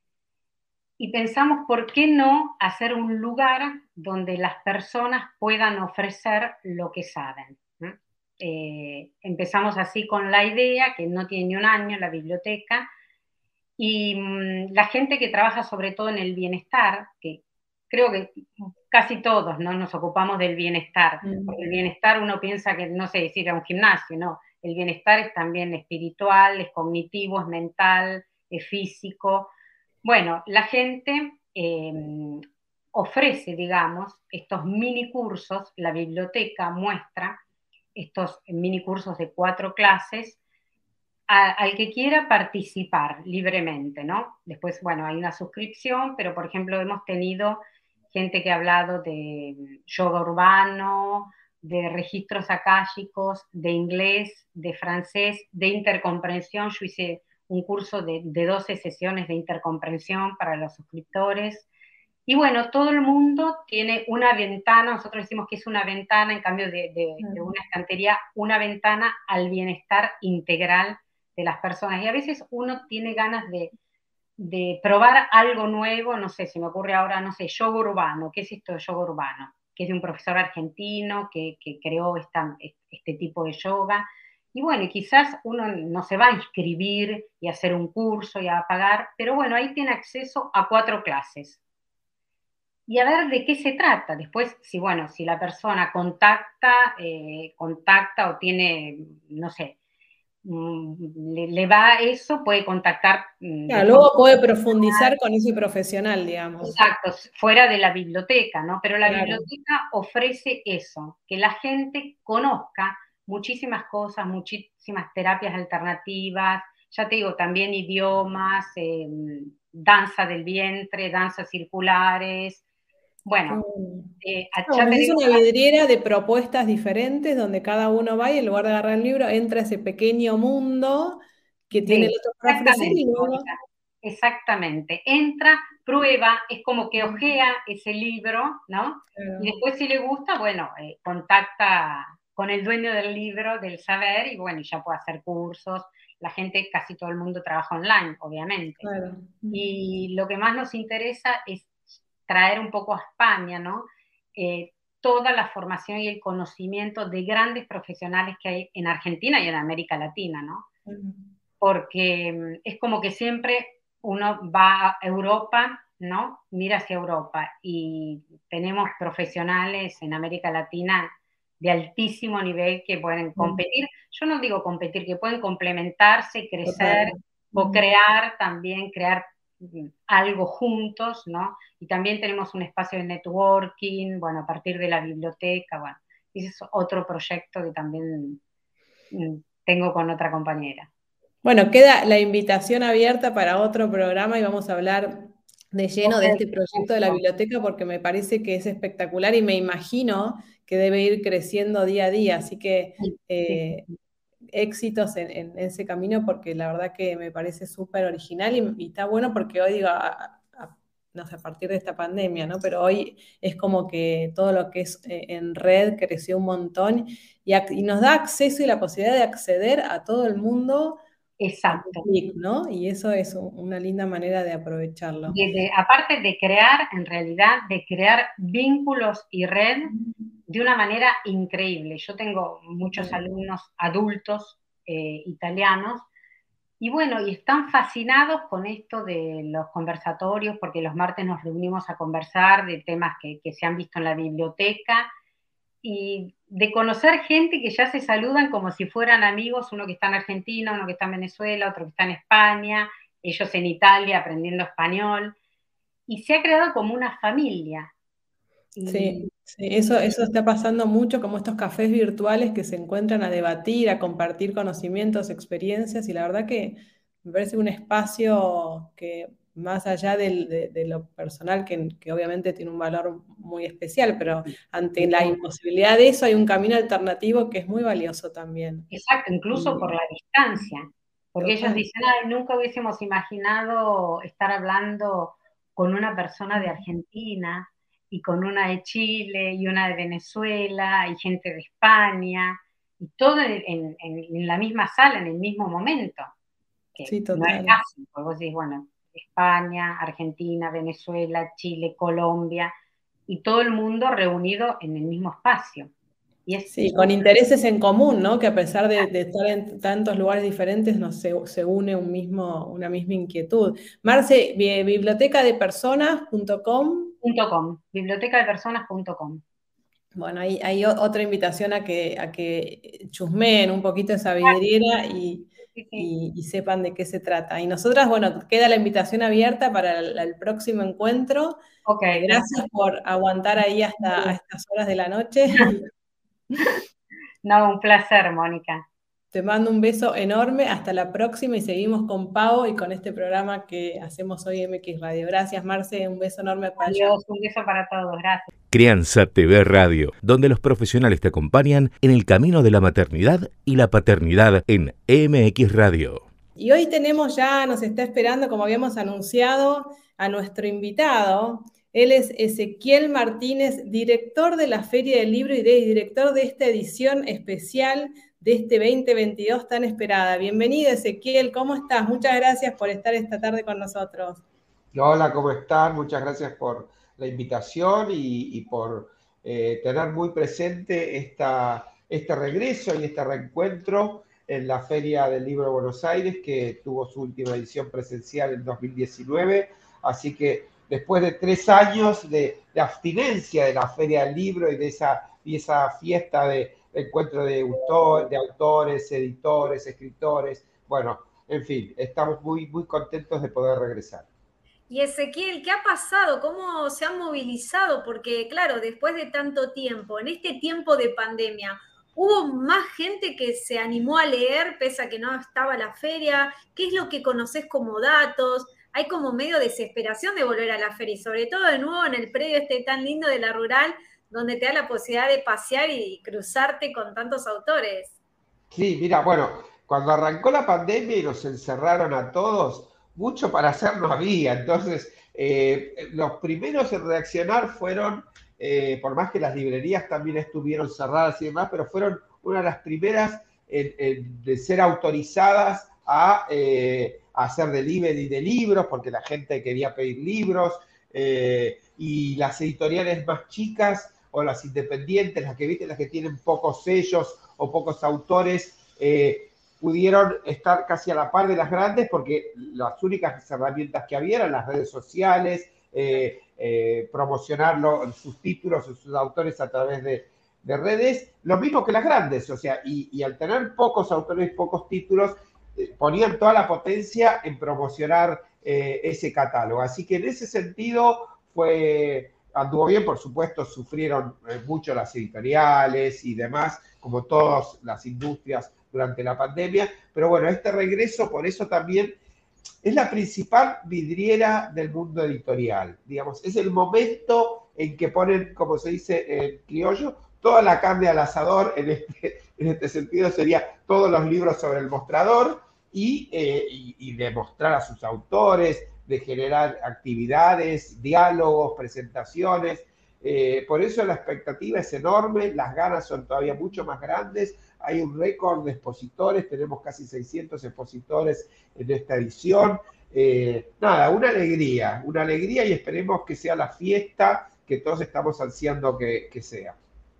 Y pensamos, ¿por qué no hacer un lugar donde las personas puedan ofrecer lo que saben? ¿No? Eh, empezamos así con la idea, que no tiene ni un año, la biblioteca, y mmm, la gente que trabaja sobre todo en el bienestar, que creo que casi todos, ¿no?, nos ocupamos del bienestar, mm. porque el bienestar uno piensa que, no sé, es ir a un gimnasio, no, el bienestar es también espiritual, es cognitivo, es mental, es físico. Bueno, la gente eh, ofrece, digamos, estos mini cursos, la biblioteca muestra estos mini cursos de cuatro clases a, al que quiera participar libremente, ¿no? Después, bueno, hay una suscripción, pero por ejemplo hemos tenido gente que ha hablado de yoga urbano, de registros akáshicos, de inglés, de francés, de intercomprensión. Yo hice un curso de, de doce sesiones de intercomprensión para los suscriptores. Y bueno, todo el mundo tiene una ventana, nosotros decimos que es una ventana, en cambio de, de, de una estantería, una ventana al bienestar integral de las personas. Y a veces uno tiene ganas de, de probar algo nuevo, no sé, se me ocurre ahora, no sé, yoga urbano. ¿Qué es esto de yoga urbano? Que es de un profesor argentino que, que creó esta, este tipo de yoga. Y bueno, quizás uno no se va a inscribir y hacer un curso y a pagar, pero bueno, ahí tiene acceso a cuatro clases. Y a ver de qué se trata. Después, si bueno, si la persona contacta, eh, contacta o tiene, no sé, le, le va eso, puede contactar. Claro, luego puede profundizar con ese profesional, digamos. Exacto, fuera de la biblioteca, ¿no? Pero la claro. biblioteca ofrece eso, que la gente conozca muchísimas cosas, muchísimas terapias alternativas, ya te digo, también idiomas, eh, danza del vientre, danzas circulares. Bueno, eh, no, ya es una vidriera de propuestas diferentes donde cada uno va y en lugar de agarrar el libro entra a ese pequeño mundo que tiene sí, el otro para ofrecer y luego... Exactamente, entra, prueba, es como que ojea ese libro, ¿no? Claro. Y después si le gusta, bueno, eh, contacta con el dueño del libro, del saber, y bueno, ya puede hacer cursos. La gente, casi todo el mundo trabaja online, obviamente. Claro. Y lo que más nos interesa es traer un poco a España, ¿no? Eh, toda la formación y el conocimiento de grandes profesionales que hay en Argentina y en América Latina, ¿no? Porque es como que siempre uno va a Europa, ¿no? Mira hacia Europa y tenemos profesionales en América Latina de altísimo nivel que pueden competir. Yo no digo competir, que pueden complementarse, crecer o crear también, crear algo juntos, ¿no? Y también tenemos un espacio de networking, bueno, a partir de la biblioteca, bueno, ese es otro proyecto que también tengo con otra compañera. Bueno, queda la invitación abierta para otro programa y vamos a hablar de lleno de este proyecto de la biblioteca porque me parece que es espectacular y me imagino que debe ir creciendo día a día, así que eh, éxitos en, en ese camino porque la verdad que me parece súper original y, y está bueno porque hoy digo, a, a, no sé, a partir de esta pandemia, ¿no? Pero hoy es como que todo lo que es eh, en red creció un montón y, y nos da acceso y la posibilidad de acceder a todo el mundo. Exacto. ¿No? Y eso es una linda manera de aprovecharlo. De, de, aparte de crear, en realidad, de crear vínculos y red de una manera increíble. Yo tengo muchos alumnos adultos eh, italianos y bueno, y están fascinados con esto de los conversatorios porque los martes nos reunimos a conversar de temas que, que se han visto en la biblioteca y de conocer gente que ya se saludan como si fueran amigos, uno que está en Argentina, uno que está en Venezuela, otro que está en España, ellos en Italia aprendiendo español, y se ha creado como una familia. Y... Sí, sí, eso, eso está pasando mucho, como estos cafés virtuales que se encuentran a debatir, a compartir conocimientos, experiencias, y la verdad que me parece un espacio que más allá del, de, de lo personal, que, que obviamente tiene un valor muy especial, pero ante la imposibilidad de eso hay un camino alternativo que es muy valioso también. Exacto, incluso Y- por la distancia, porque Total. ellos dicen, ay, nunca hubiésemos imaginado estar hablando con una persona de Argentina y con una de Chile y una de Venezuela y gente de España, y todo en, en- en- en la misma sala, en el mismo momento, que Sí, no es total. fácil, porque vos decís, bueno, España, Argentina, Venezuela, Chile, Colombia, y todo el mundo reunido en el mismo espacio. Y es Sí, con intereses en común, ¿no? Que a pesar de, de estar en tantos lugares diferentes, nos se, se une un mismo, una misma inquietud. Marce, bi- biblioteca de personas punto com. punto com, biblioteca de personas punto com. Bueno, ahí hay o- otra invitación a que, a que chusmeen un poquito esa vidriera y, Sí, sí. y- y sepan de qué se trata. Y nosotras, bueno, queda la invitación abierta para el, el próximo encuentro. Ok, Eh, gracias por aguantar ahí hasta a estas horas de la noche. no, un placer, Mónica. Te mando un beso enorme, hasta la próxima y seguimos con Pau y con este programa que hacemos hoy en M X Radio. Gracias, Marce, un beso enorme para allá. Adiós, un beso para todos, gracias. Crianza T V Radio, donde los profesionales te acompañan en el camino de la maternidad y la paternidad en M X Radio. Y hoy tenemos ya, nos está esperando, como habíamos anunciado, a nuestro invitado. Él es Ezequiel Martínez, director de la Feria del Libro y de- director de esta edición especial de este veinte veintidós tan esperada. Bienvenido, Ezequiel, ¿cómo estás? Muchas gracias por estar esta tarde con nosotros. Hola, ¿cómo están? Muchas gracias por la invitación y, y por eh, tener muy presente esta, este regreso y este reencuentro en la Feria del Libro de Buenos Aires, que tuvo su última edición presencial en dos mil diecinueve. Así que después de tres años de, de abstinencia de la Feria del Libro y de esa, y esa fiesta de encuentro de, autor, de autores, editores, escritores, bueno, en fin, estamos muy, muy contentos de poder regresar. Y Ezequiel, ¿qué ha pasado? ¿Cómo se han movilizado? Porque, claro, después de tanto tiempo, en este tiempo de pandemia, ¿hubo más gente que se animó a leer pese a que no estaba la feria? ¿Qué es lo que conoces como datos? Hay como medio desesperación de volver a la feria y sobre todo de nuevo en el predio este tan lindo de la Rural, donde te da la posibilidad de pasear y cruzarte con tantos autores. Sí, mira, bueno, cuando arrancó la pandemia y nos encerraron a todos, mucho para hacer no había. Entonces, eh, los primeros en reaccionar fueron, eh, por más que las librerías también estuvieron cerradas y demás, pero fueron una de las primeras en, en, de ser autorizadas a, eh, a hacer delivery de libros, porque la gente quería pedir libros, eh, y las editoriales más chicas o las independientes, las que viste, las que tienen pocos sellos o pocos autores, eh, pudieron estar casi a la par de las grandes porque las únicas herramientas que había eran las redes sociales, eh, eh, promocionar sus títulos o sus autores a través de, de redes, lo mismo que las grandes, o sea, y, y al tener pocos autores y pocos títulos, eh, ponían toda la potencia en promocionar eh, ese catálogo. Así que en ese sentido fue, anduvo bien, por supuesto, sufrieron eh, mucho las editoriales y demás, como todas las industrias durante la pandemia, pero bueno, este regreso por eso también es la principal vidriera del mundo editorial, digamos, es el momento en que ponen, como se dice en criollo, toda la carne al asador, en este, en este sentido sería todos los libros sobre el mostrador y, eh, y, y de mostrar a sus autores, de generar actividades, diálogos, presentaciones. Eh, por eso la expectativa es enorme, las ganas son todavía mucho más grandes, hay un récord de expositores, tenemos casi seiscientos expositores en esta edición. Eh, nada, una alegría, una alegría y esperemos que sea la fiesta que todos estamos ansiando que, que sea.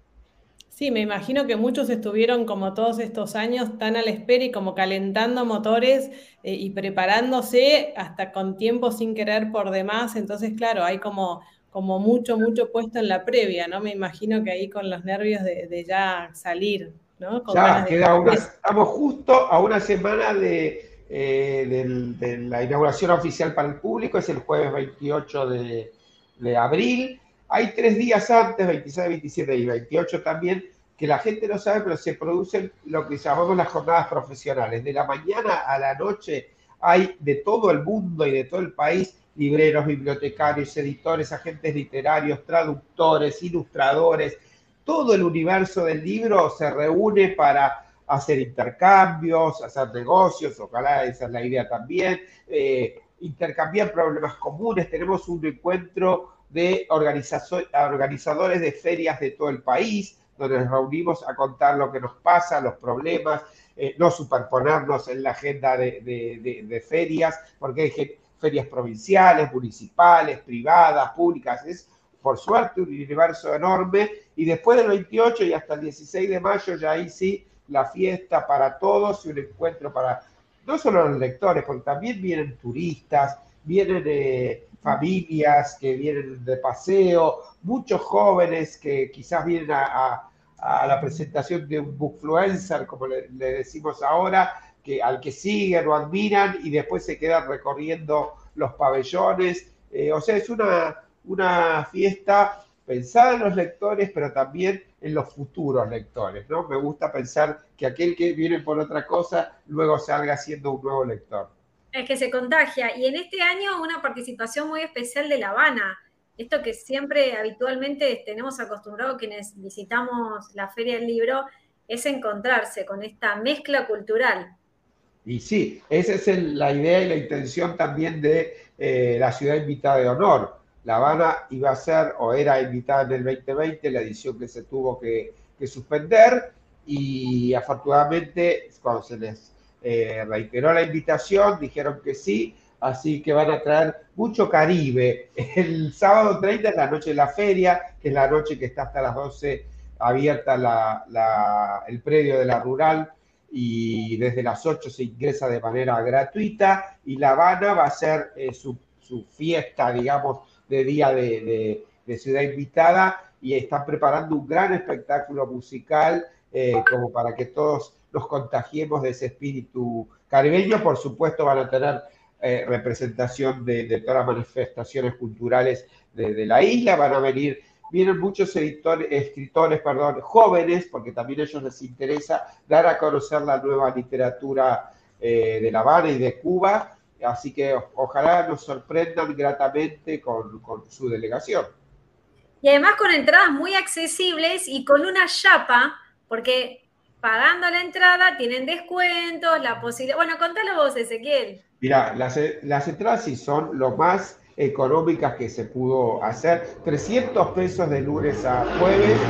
Sí, me imagino que muchos estuvieron como todos estos años tan a la espera y como calentando motores eh, y preparándose hasta con tiempo sin querer por demás. Entonces, claro, hay como, como mucho, mucho puesto en la previa, ¿no? Me imagino que ahí con los nervios de, de ya salir, ¿no? Con ya, ganas de... queda una, estamos justo a una semana de, eh, de, de la inauguración oficial para el público, es el jueves veintiocho de, de abril. Hay tres días antes, veintiséis, veintisiete y veintiocho también, que la gente no sabe, pero se producen lo que llamamos las jornadas profesionales. De la mañana a la noche hay de todo el mundo y de todo el país, libreros, bibliotecarios, editores, agentes literarios, traductores, ilustradores. Todo el universo del libro se reúne para hacer intercambios, hacer negocios, ojalá esa es la idea también, eh, intercambiar problemas comunes. Tenemos un encuentro de organizadores de ferias de todo el país, donde nos reunimos a contar lo que nos pasa, los problemas, eh, no superponernos en la agenda de, de, de, de ferias, porque hay ferias provinciales, municipales, privadas, públicas. Es, por suerte, un universo enorme. Y después del veintiocho y hasta el dieciséis de mayo, ya ahí sí, la fiesta para todos y un encuentro para no solo los lectores, porque también vienen turistas, vienen eh, familias que vienen de paseo, muchos jóvenes que quizás vienen a, a, a la presentación de un bookfluencer, como le, le decimos ahora, que, al que siguen o admiran y después se quedan recorriendo los pabellones. Eh, o sea, es una, una fiesta pensada en los lectores, pero también en los futuros lectores, ¿no? Me gusta pensar que aquel que viene por otra cosa luego salga siendo un nuevo lector. Es que se contagia. Y en este año una participación muy especial de La Habana. Esto que siempre habitualmente tenemos acostumbrado quienes visitamos la Feria del Libro, es encontrarse con esta mezcla cultural. Y sí, esa es el, la idea y la intención también de eh, la ciudad invitada de honor. La Habana iba a ser, o era invitada en el veinte veinte, la edición que se tuvo que, que suspender, y afortunadamente cuando se les eh, reiteró la invitación, dijeron que sí, así que van a traer mucho Caribe. El sábado treinta es la noche de la feria, que es la noche que está hasta las doce abierta la, la, el predio de la Rural, y desde las ocho se ingresa de manera gratuita, y La Habana va a ser eh, su, su fiesta, digamos, de día de, de, de ciudad invitada, y están preparando un gran espectáculo musical eh, como para que todos nos contagiemos de ese espíritu caribeño. Por supuesto van a tener eh, representación de, de todas las manifestaciones culturales de, de la isla, van a venir, vienen muchos editores, escritores, perdón, jóvenes, porque también a ellos les interesa dar a conocer la nueva literatura eh, de La Habana y de Cuba. Así que ojalá nos sorprendan gratamente con, con su delegación. Y además con entradas muy accesibles y con una chapa, porque pagando la entrada tienen descuentos, la posibilidad... Bueno, contalo vos, Ezequiel. Mira, las, las entradas sí son lo más económicas que se pudo hacer. trescientos pesos de lunes a jueves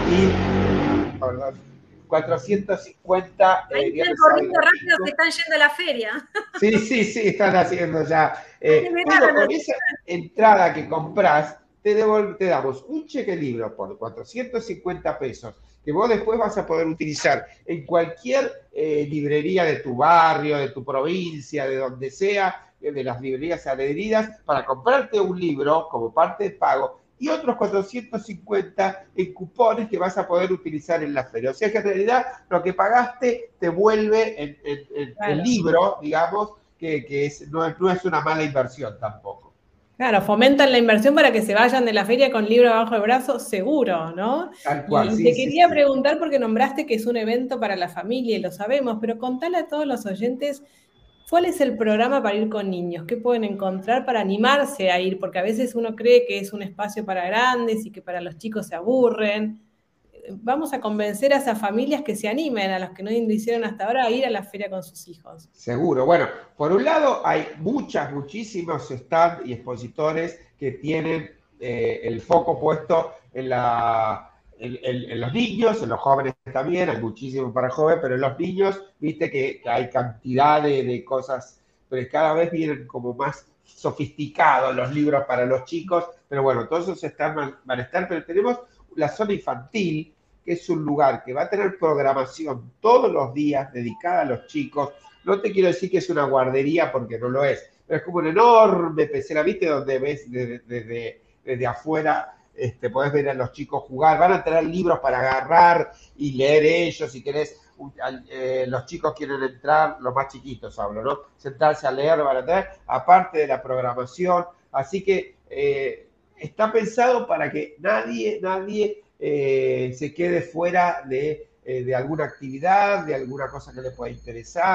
y... Perdón, cuatrocientos cincuenta. Ahí Eh, están corriendo rápido, se están yendo a la feria. Sí, sí, sí, están haciendo ya. Eh, pero con esa entrada que compras, te, devol- te damos un cheque libro por cuatrocientos cincuenta pesos, que vos después vas a poder utilizar en cualquier eh, librería de tu barrio, de tu provincia, de donde sea, de las librerías adheridas, para comprarte un libro como parte de pago, y otros cuatrocientos cincuenta en cupones que vas a poder utilizar en la feria. O sea que en realidad lo que pagaste te vuelve en, en, en claro. el libro, digamos, que, que es, no, no es una mala inversión tampoco. Claro, fomentan la inversión para que se vayan de la feria con libro abajo del brazo, seguro, ¿no? Tal cual, y sí, te sí, quería sí. preguntar, porque nombraste que es un evento para la familia y lo sabemos, pero contale a todos los oyentes, ¿cuál es el programa para ir con niños? ¿Qué pueden encontrar para animarse a ir? Porque a veces uno cree que es un espacio para grandes y que para los chicos se aburren. Vamos a convencer a esas familias que se animen, a los que no lo hicieron hasta ahora, a ir a la feria con sus hijos. Seguro. Bueno, por un lado hay muchas, muchísimos stands y expositores que tienen eh, el foco puesto en, la, en, en, en los niños, en los jóvenes también, hay muchísimo para jóvenes, pero en los niños, viste que, que hay cantidad de, de cosas, pero cada vez vienen como más sofisticados los libros para los chicos, pero bueno, todos esos stands van a estar, pero tenemos la zona infantil, que es un lugar que va a tener programación todos los días dedicada a los chicos. No te quiero decir que es una guardería porque no lo es, pero es como una enorme pecera, ¿viste? Donde ves desde, desde, desde afuera, este, podés ver a los chicos jugar. Van a tener libros para agarrar y leer ellos, si querés. Eh, los chicos quieren entrar, los más chiquitos hablo, ¿no? Sentarse a leer, van a tener, aparte de la programación. Así que eh, está pensado para que nadie, nadie eh, se quede fuera de, eh, de alguna actividad, de alguna cosa que le pueda interesar.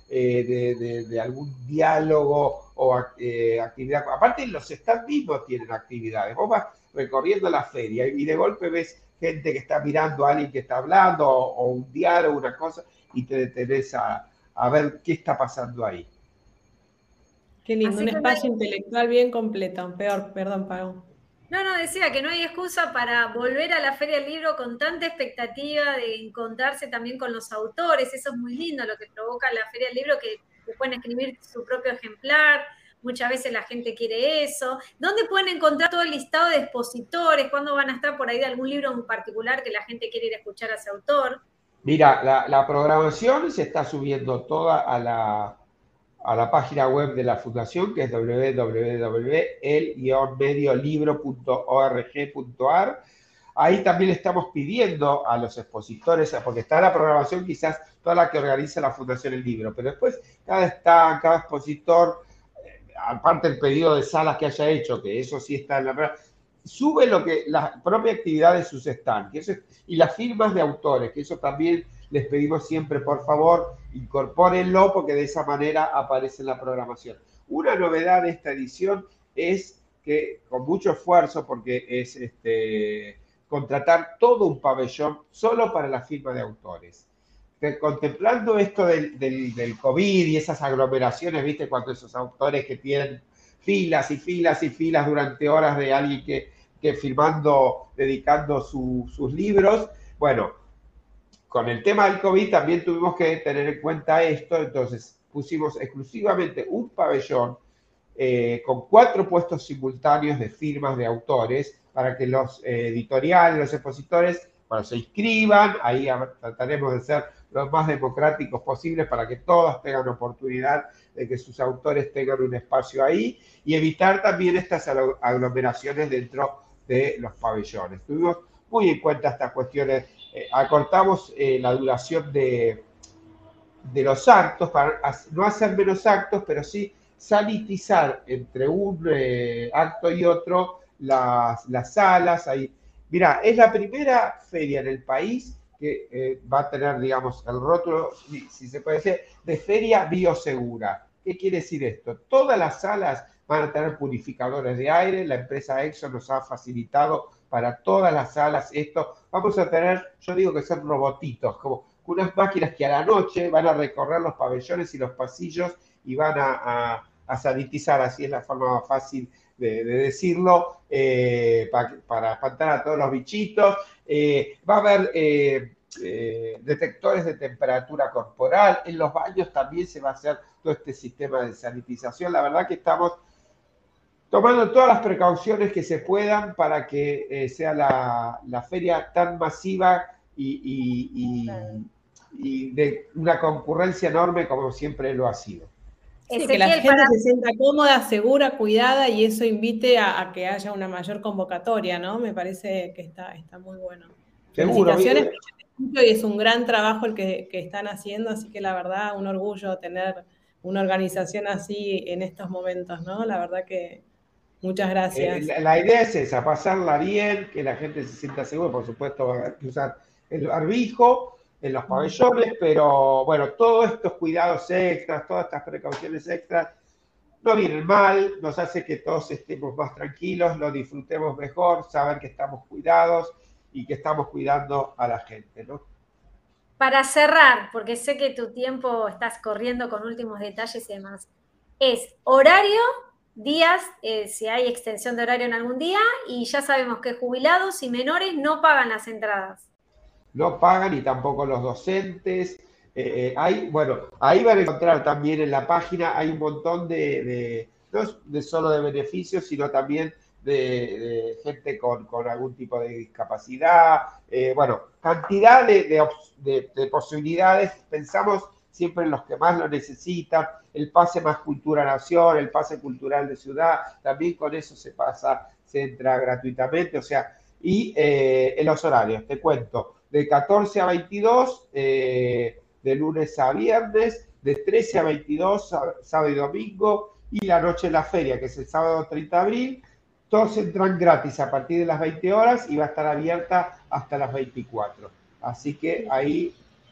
eh, de, de, de algún diálogo o eh, actividad. Aparte, los stands mismos tienen actividades. Vos vas recorriendo la feria y de golpe ves gente que está mirando a alguien que está hablando o, o un diálogo, una cosa, y te detenés a, a ver qué está pasando ahí. Qué lindo, Así un que espacio no hay- intelectual bien completo. Peor, perdón, Pau. No, no, decía que no hay excusa para volver a la Feria del Libro con tanta expectativa de encontrarse también con los autores. Eso es muy lindo, lo que provoca la Feria del Libro, que, que pueden escribir su propio ejemplar. Muchas veces la gente quiere eso. ¿Dónde pueden encontrar todo el listado de expositores? ¿Cuándo van a estar por ahí de algún libro en particular que la gente quiere ir a escuchar a ese autor? Mira, la, la programación se está subiendo toda a la, a la página web de la Fundación, que es w w w punto el guion medio libro punto org punto a r. Ahí también le estamos pidiendo a los expositores, porque está la programación quizás toda la que organiza la Fundación El Libro, pero después cada stand, cada expositor, eh, aparte el pedido de salas que haya hecho, que eso sí está en la... sube lo que la propia actividad de sus stands, que eso es, y las firmas de autores, que eso también les pedimos siempre, por favor, incorpórenlo, porque de esa manera aparece en la programación. Una novedad de esta edición es que, con mucho esfuerzo, porque es este, contratar todo un pabellón solo para la firma de autores. Que, contemplando esto del, del, del COVID y esas aglomeraciones, ¿viste? Cuando esos autores que tienen filas y filas y filas durante horas de alguien que, que firmando, dedicando su, sus libros. Bueno, con el tema del COVID también tuvimos que tener en cuenta esto, entonces pusimos exclusivamente un pabellón eh, con cuatro puestos simultáneos de firmas de autores para que los eh, editoriales, los expositores, bueno, se inscriban, ahí trataremos de ser los más democráticos posibles para que todos tengan oportunidad de que sus autores tengan un espacio ahí y evitar también estas aglomeraciones dentro de los pabellones. Tuvimos muy en cuenta estas cuestiones, eh, acortamos eh, la duración de, de los actos para no hacer menos actos, pero sí sanitizar entre un eh, acto y otro las, las salas. Ahí. Mirá, es la primera feria en el país que eh, va a tener, digamos, el rótulo, si, si se puede decir, de feria biosegura. ¿Qué quiere decir esto? Todas las salas van a tener purificadores de aire, la empresa Exxon nos ha facilitado para todas las salas esto. Vamos a tener, yo digo que son robotitos, como unas máquinas que a la noche van a recorrer los pabellones y los pasillos y van a, a, a sanitizar, así es la forma más fácil de, de decirlo, eh, para, para espantar a todos los bichitos. Eh, va a haber eh, eh, detectores de temperatura corporal. En los baños también se va a hacer todo este sistema de sanitización. La verdad que estamos tomando todas las precauciones que se puedan para que eh, sea la, la feria tan masiva y, y, y, y de una concurrencia enorme como siempre lo ha sido. Sí, que la gente para... se sienta cómoda, segura, cuidada y eso invite a, a que haya una mayor convocatoria, ¿no? Me parece que está, está muy bueno. Seguro. Felicitaciones, y es un gran trabajo el que, que están haciendo, así que la verdad, un orgullo tener una organización así en estos momentos, ¿no? La verdad que muchas gracias. Eh, la, la idea es esa, pasarla bien, que la gente se sienta segura, por supuesto, va a haber que usar el barbijo en los pabellones, pero bueno, todos estos cuidados extras, todas estas precauciones extras, no vienen mal, nos hace que todos estemos más tranquilos, lo disfrutemos mejor, saber que estamos cuidados y que estamos cuidando a la gente, ¿no? Para cerrar, porque sé que tu tiempo estás corriendo con últimos detalles y demás, es horario, días, eh, si hay extensión de horario en algún día, y ya sabemos que jubilados y menores no pagan las entradas. No pagan y tampoco los docentes. Eh, eh, hay, bueno, ahí van a encontrar también en la página, hay un montón de, de no de solo de beneficios, sino también de, de gente con, con algún tipo de discapacidad. Eh, bueno, cantidad de, de, de, de posibilidades. Pensamos siempre en los que más lo necesitan. El pase Más Cultura Nación, el pase cultural de ciudad, también con eso se pasa, se entra gratuitamente. O sea, y eh, en los horarios, te cuento. De catorce a veintidós, eh, de lunes a viernes, de trece a veintidós, sábado y domingo, y la noche de la feria, que es el sábado treinta de abril, todos entran gratis a partir de las veinte horas y va a estar abierta hasta las veinticuatro. Así que ahí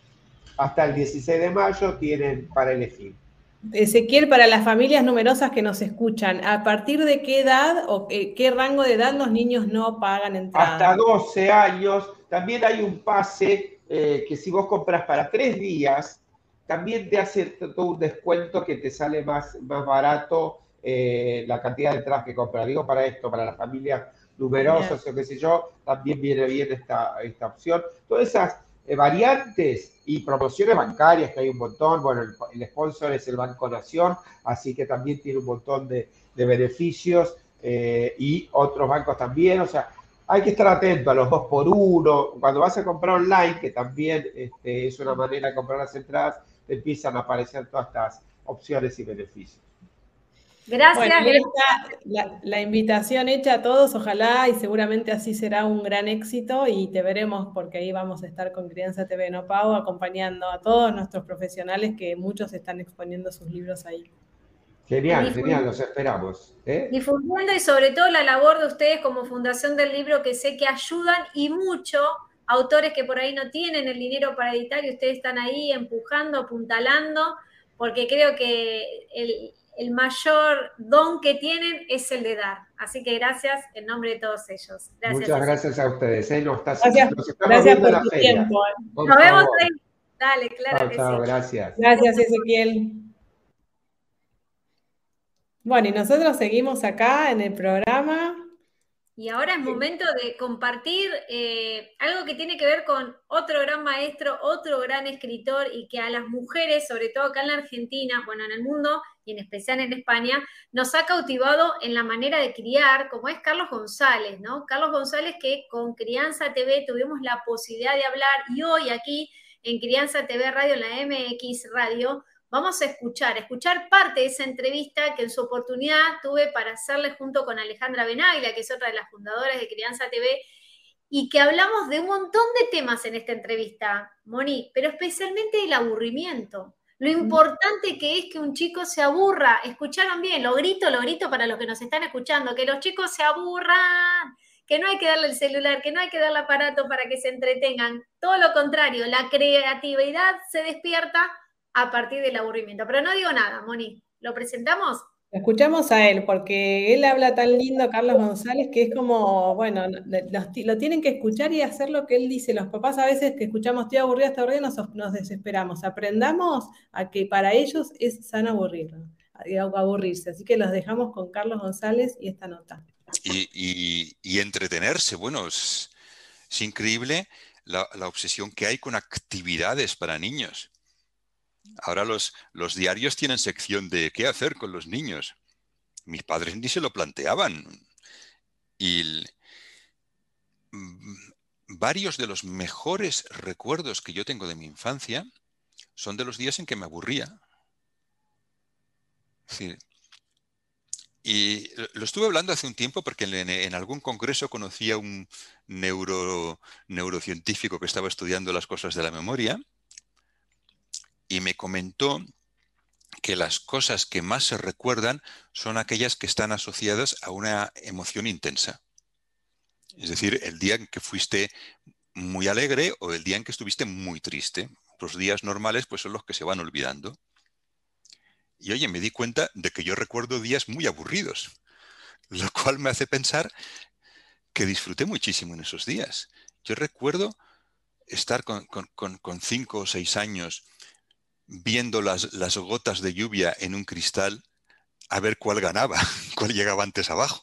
hasta el dieciséis de mayo tienen para elegir. Ezequiel, para las familias numerosas que nos escuchan, ¿a partir de qué edad o qué, qué rango de edad los niños no pagan entrada? Hasta doce años. También hay un pase eh, que si vos compras para tres días, también te hace todo un descuento que te sale más, más barato eh, la cantidad de entradas que compras. Digo para esto, para las familias numerosas o qué sé yo, también viene bien esta, esta opción. Todas esas eh, variantes y promociones bancarias, que hay un montón. Bueno, el, el sponsor es el Banco Nación, así que también tiene un montón de, de beneficios eh, y otros bancos también. O sea, hay que estar atento a los dos por uno. Cuando vas a comprar online, que también este, es una manera de comprar las entradas, te empiezan a aparecer todas estas opciones y beneficios. Gracias. Bueno, ahí está la, la invitación hecha a todos, ojalá, y seguramente así será un gran éxito, y te veremos porque ahí vamos a estar con Crianza T V No Pago acompañando a todos nuestros profesionales, que muchos están exponiendo sus libros ahí. Genial, genial, los esperamos. ¿eh? Difundiendo y sobre todo la labor de ustedes como Fundación del Libro, que sé que ayudan y mucho a autores que por ahí no tienen el dinero para editar, y ustedes están ahí empujando, apuntalando, porque creo que el, el mayor don que tienen es el de dar. Así que gracias en nombre de todos ellos. Gracias. Muchas gracias a ustedes. ¿eh? Nos, está, gracias, nos estamos gracias viendo por en la tu feria. tiempo. ¿eh? Nos vemos ahí. Dale, claro chao, que chao, sí. Gracias. Gracias, Ezequiel. Bueno, y nosotros seguimos acá en el programa. Y ahora es momento de compartir eh, algo que tiene que ver con otro gran maestro, otro gran escritor, y que a las mujeres, sobre todo acá en la Argentina, bueno, en el mundo y en especial en España, nos ha cautivado en la manera de criar, como es Carlos González, ¿no? Carlos González, que con Crianza T V tuvimos la posibilidad de hablar, y hoy aquí en Crianza T V Radio, en la M X Radio, vamos a escuchar, escuchar parte de esa entrevista que en su oportunidad tuve para hacerle junto con Alejandra Benaglia, que es otra de las fundadoras de Crianza T V, y que hablamos de un montón de temas en esta entrevista, Moni, pero especialmente el aburrimiento. Lo importante que es que un chico se aburra. Escucharon bien, lo grito, lo grito para los que nos están escuchando, que los chicos se aburran, que no hay que darle el celular, que no hay que darle aparato para que se entretengan. Todo lo contrario, la creatividad se despierta a partir del aburrimiento. Pero no digo nada, Moni. ¿Lo presentamos? Escuchamos a él, porque él habla tan lindo, Carlos González, que es como, bueno, los, lo tienen que escuchar y hacer lo que él dice. Los papás a veces que escuchamos estoy aburrida, estoy aburrida, nos, nos desesperamos. Aprendamos a que para ellos es sano aburrir, aburrirse. Así que los dejamos con Carlos González y esta nota. Y, y, y entretenerse, bueno, es, es increíble la, la obsesión que hay con actividades para niños. Ahora los, los diarios tienen sección de qué hacer con los niños. Mis padres ni se lo planteaban. Y varios de los mejores recuerdos que yo tengo de mi infancia son de los días en que me aburría. Sí. Y lo estuve hablando hace un tiempo porque en, en algún congreso conocí a un neuro, neurocientífico que estaba estudiando las cosas de la memoria. Y me comentó que las cosas que más se recuerdan son aquellas que están asociadas a una emoción intensa. Es decir, el día en que fuiste muy alegre o el día en que estuviste muy triste. Los días normales pues son los que se van olvidando. Y oye, me di cuenta de que yo recuerdo días muy aburridos, lo cual me hace pensar que disfruté muchísimo en esos días. Yo recuerdo estar con, con, con, con cinco o seis años viendo las, las gotas de lluvia en un cristal a ver cuál ganaba, cuál llegaba antes abajo.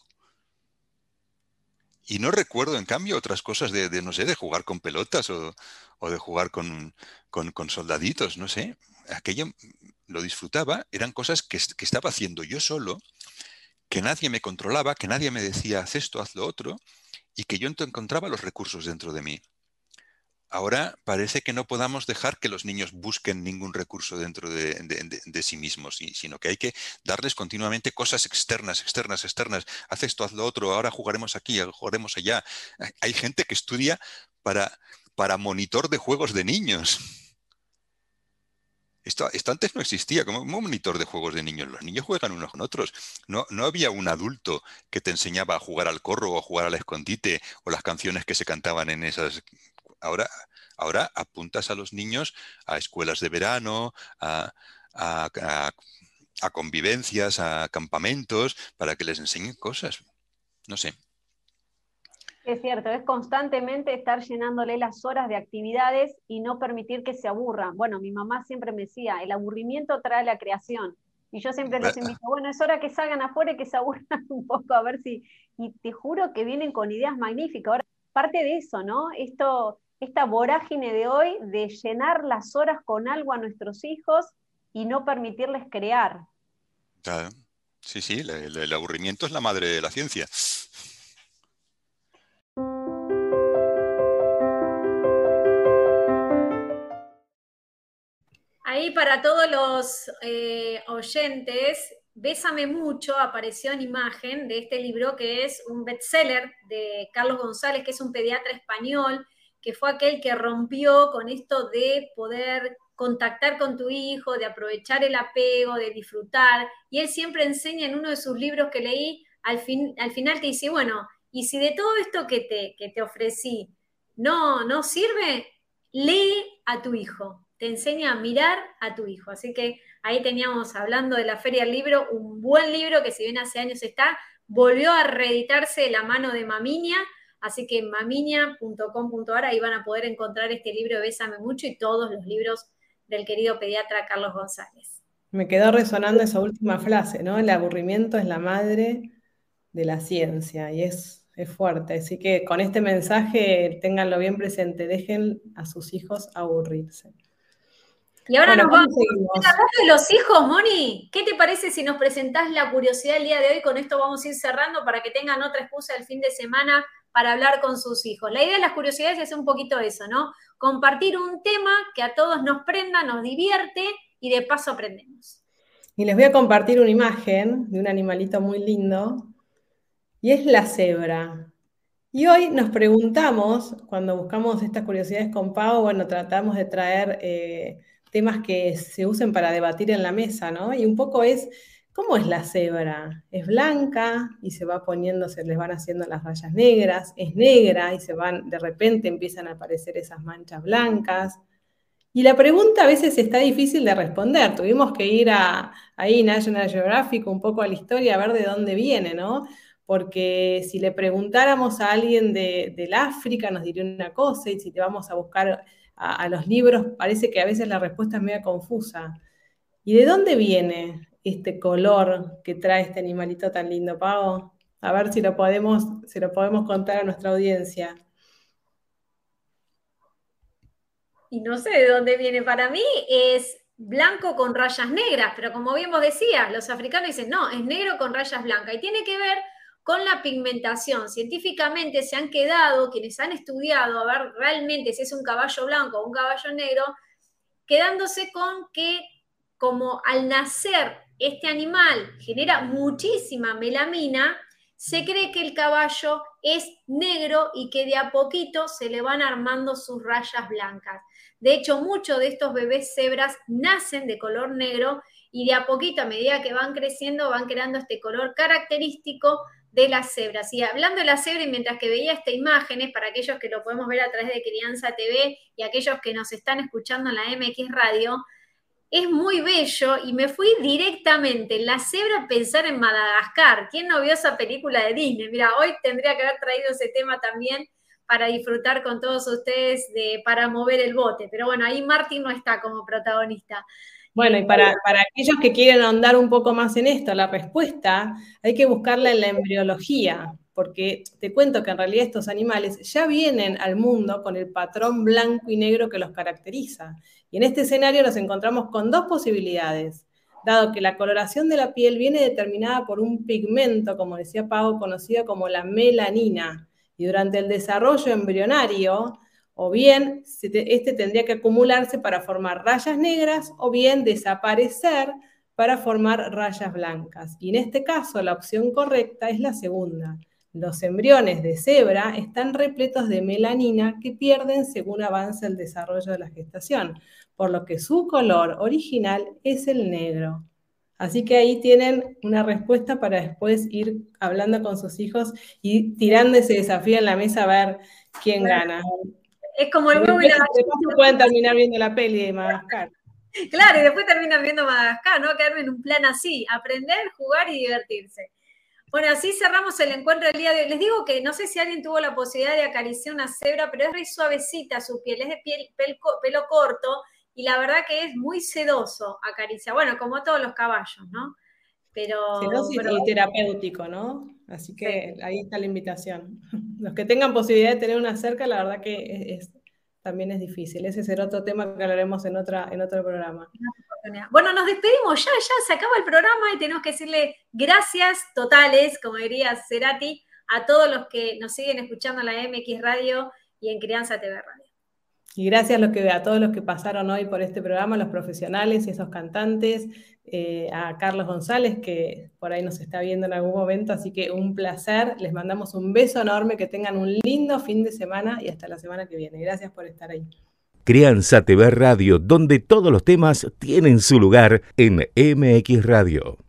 Y no recuerdo, en cambio, otras cosas de, de no sé, de jugar con pelotas o, o de jugar con, con, con soldaditos, no sé. Aquello lo disfrutaba, eran cosas que, que estaba haciendo yo solo, que nadie me controlaba, que nadie me decía, haz esto, haz lo otro, y que yo encontraba los recursos dentro de mí. Ahora parece que no podamos dejar que los niños busquen ningún recurso dentro de, de, de, de sí mismos, sino que hay que darles continuamente cosas externas, externas, externas. Haz esto, haz lo otro, ahora jugaremos aquí, jugaremos allá. Hay gente que estudia para, para monitor de juegos de niños. Esto, esto antes no existía como un monitor de juegos de niños. Los niños juegan unos con otros. No, no había un adulto que te enseñaba a jugar al corro o a jugar al escondite o las canciones que se cantaban en esas... Ahora, Ahora apuntas a los niños a escuelas de verano, a, a, a, a convivencias, a campamentos, para que les enseñen cosas. No sé. Es cierto, es constantemente estar llenándole las horas de actividades y no permitir que se aburran. Bueno, mi mamá siempre me decía, el aburrimiento trae la creación. Y yo siempre los invito, bueno, es hora que salgan afuera y que se aburran un poco, a ver si... Y te juro que vienen con ideas magníficas. Ahora, parte de eso, ¿no? Esto, esta vorágine de hoy de llenar las horas con algo a nuestros hijos y no permitirles crear. Claro. Sí, sí, el, el aburrimiento es la madre de la ciencia. Ahí para todos los eh, oyentes, Bésame Mucho apareció en imagen de este libro que es un bestseller de Carlos González, que es un pediatra español, que fue aquel que rompió con esto de poder contactar con tu hijo, de aprovechar el apego, de disfrutar. Y él siempre enseña en uno de sus libros que leí, al, fin, al final te dice, bueno, y si de todo esto que te, que te ofrecí no, no sirve, lee a tu hijo. Te enseña a mirar a tu hijo. Así que ahí teníamos, hablando de la Feria del Libro, un buen libro que si bien hace años está, volvió a reeditarse de la mano de Mamiña, así que mamiña punto com punto a r ahí van a poder encontrar este libro de Bésame Mucho y todos los libros del querido pediatra Carlos González. Me quedó resonando esa última frase, ¿no? El aburrimiento es la madre de la ciencia y es, es fuerte. Así que con este mensaje, ténganlo bien presente, dejen a sus hijos aburrirse. Y ahora bueno, nos vamos a hablar de los hijos, Moni. ¿Qué te parece si nos presentás la curiosidad del día de hoy? Con esto vamos a ir cerrando para que tengan otra excusa el fin de semana para hablar con sus hijos. La idea de las curiosidades es un poquito eso, ¿no? Compartir un tema que a todos nos prenda, nos divierte y de paso aprendemos. Y les voy a compartir una imagen de un animalito muy lindo y es la cebra. Y hoy nos preguntamos, cuando buscamos estas curiosidades con Pau, bueno, tratamos de traer eh, temas que se usen para debatir en la mesa, ¿no? Y un poco es, ¿cómo es la cebra? Es blanca y se va poniendo, se les van haciendo las rayas negras, es negra y se van, de repente empiezan a aparecer esas manchas blancas. Y la pregunta a veces está difícil de responder. Tuvimos que ir a ahí National Geographic un poco a la historia a ver de dónde viene, ¿no? Porque si le preguntáramos a alguien de, del África nos diría una cosa, y si te vamos a buscar a, a los libros, parece que a veces la respuesta es medio confusa. ¿Y de dónde viene este color que trae este animalito tan lindo, Pau? A ver si lo podemos, si lo podemos contar a nuestra audiencia. Y no sé de dónde viene. Para mí es blanco con rayas negras, pero como bien vos decías, los africanos dicen, no, es negro con rayas blancas. Y tiene que ver con la pigmentación. Científicamente se han quedado, quienes han estudiado, a ver realmente si es un caballo blanco o un caballo negro, quedándose con que como al nacer este animal genera muchísima melamina, se cree que el caballo es negro y que de a poquito se le van armando sus rayas blancas. De hecho, muchos de estos bebés cebras nacen de color negro y de a poquito, a medida que van creciendo, van creando este color característico de las cebras. Y hablando de las cebras, y mientras que veía esta imagen, para aquellos que lo podemos ver a través de Crianza T V y aquellos que nos están escuchando en la M X Radio, es muy bello y me fui directamente en la cebra a pensar en Madagascar. ¿Quién no vio esa película de Disney? Mira, hoy tendría que haber traído ese tema también para disfrutar con todos ustedes de Para mover el bote. Pero bueno, ahí Martín no está como protagonista. Bueno, y para, para aquellos que quieren ahondar un poco más en esto, la respuesta hay que buscarla en la embriología, porque te cuento que en realidad estos animales ya vienen al mundo con el patrón blanco y negro que los caracteriza. Y en este escenario nos encontramos con dos posibilidades, dado que la coloración de la piel viene determinada por un pigmento, como decía Pau, conocido como la melanina, y durante el desarrollo embrionario, o bien este tendría que acumularse para formar rayas negras, o bien desaparecer para formar rayas blancas. Y en este caso la opción correcta es la segunda. Los embriones de cebra están repletos de melanina que pierden según avanza el desarrollo de la gestación, por lo que su color original es el negro. Así que ahí tienen una respuesta para después ir hablando con sus hijos y tirando ese desafío en la mesa a ver quién gana. Es como el huevo y la gallina. Pueden terminar viendo la peli de Madagascar. Claro, y después terminan viendo Madagascar, ¿no? Quedarme en un plan así, aprender, jugar y divertirse. Bueno, así cerramos el encuentro del día de hoy. Les digo que no sé si alguien tuvo la posibilidad de acariciar una cebra, pero es re suavecita su piel, es de piel, pel, pelo corto, y la verdad que es muy sedoso acariciar. Bueno, como todos los caballos, ¿no? Pero, sedoso y, pero... y terapéutico, ¿no? Así que sí. Ahí está la invitación. Los que tengan posibilidad de tener una cerca, la verdad que es, es, también es difícil. Ese será otro tema que hablaremos en, otra, en otro programa. Bueno, nos despedimos ya, ya se acaba el programa y tenemos que decirle gracias totales, como diría Cerati, a todos los que nos siguen escuchando en la M X Radio y en Crianza T V Radio. Y gracias a, los que, a todos los que pasaron hoy por este programa, los profesionales y esos cantantes, eh, a Carlos González, que por ahí nos está viendo en algún momento, así que un placer, les mandamos un beso enorme, que tengan un lindo fin de semana y hasta la semana que viene. Gracias por estar ahí. Crianza T V Radio, donde todos los temas tienen su lugar en M X Radio.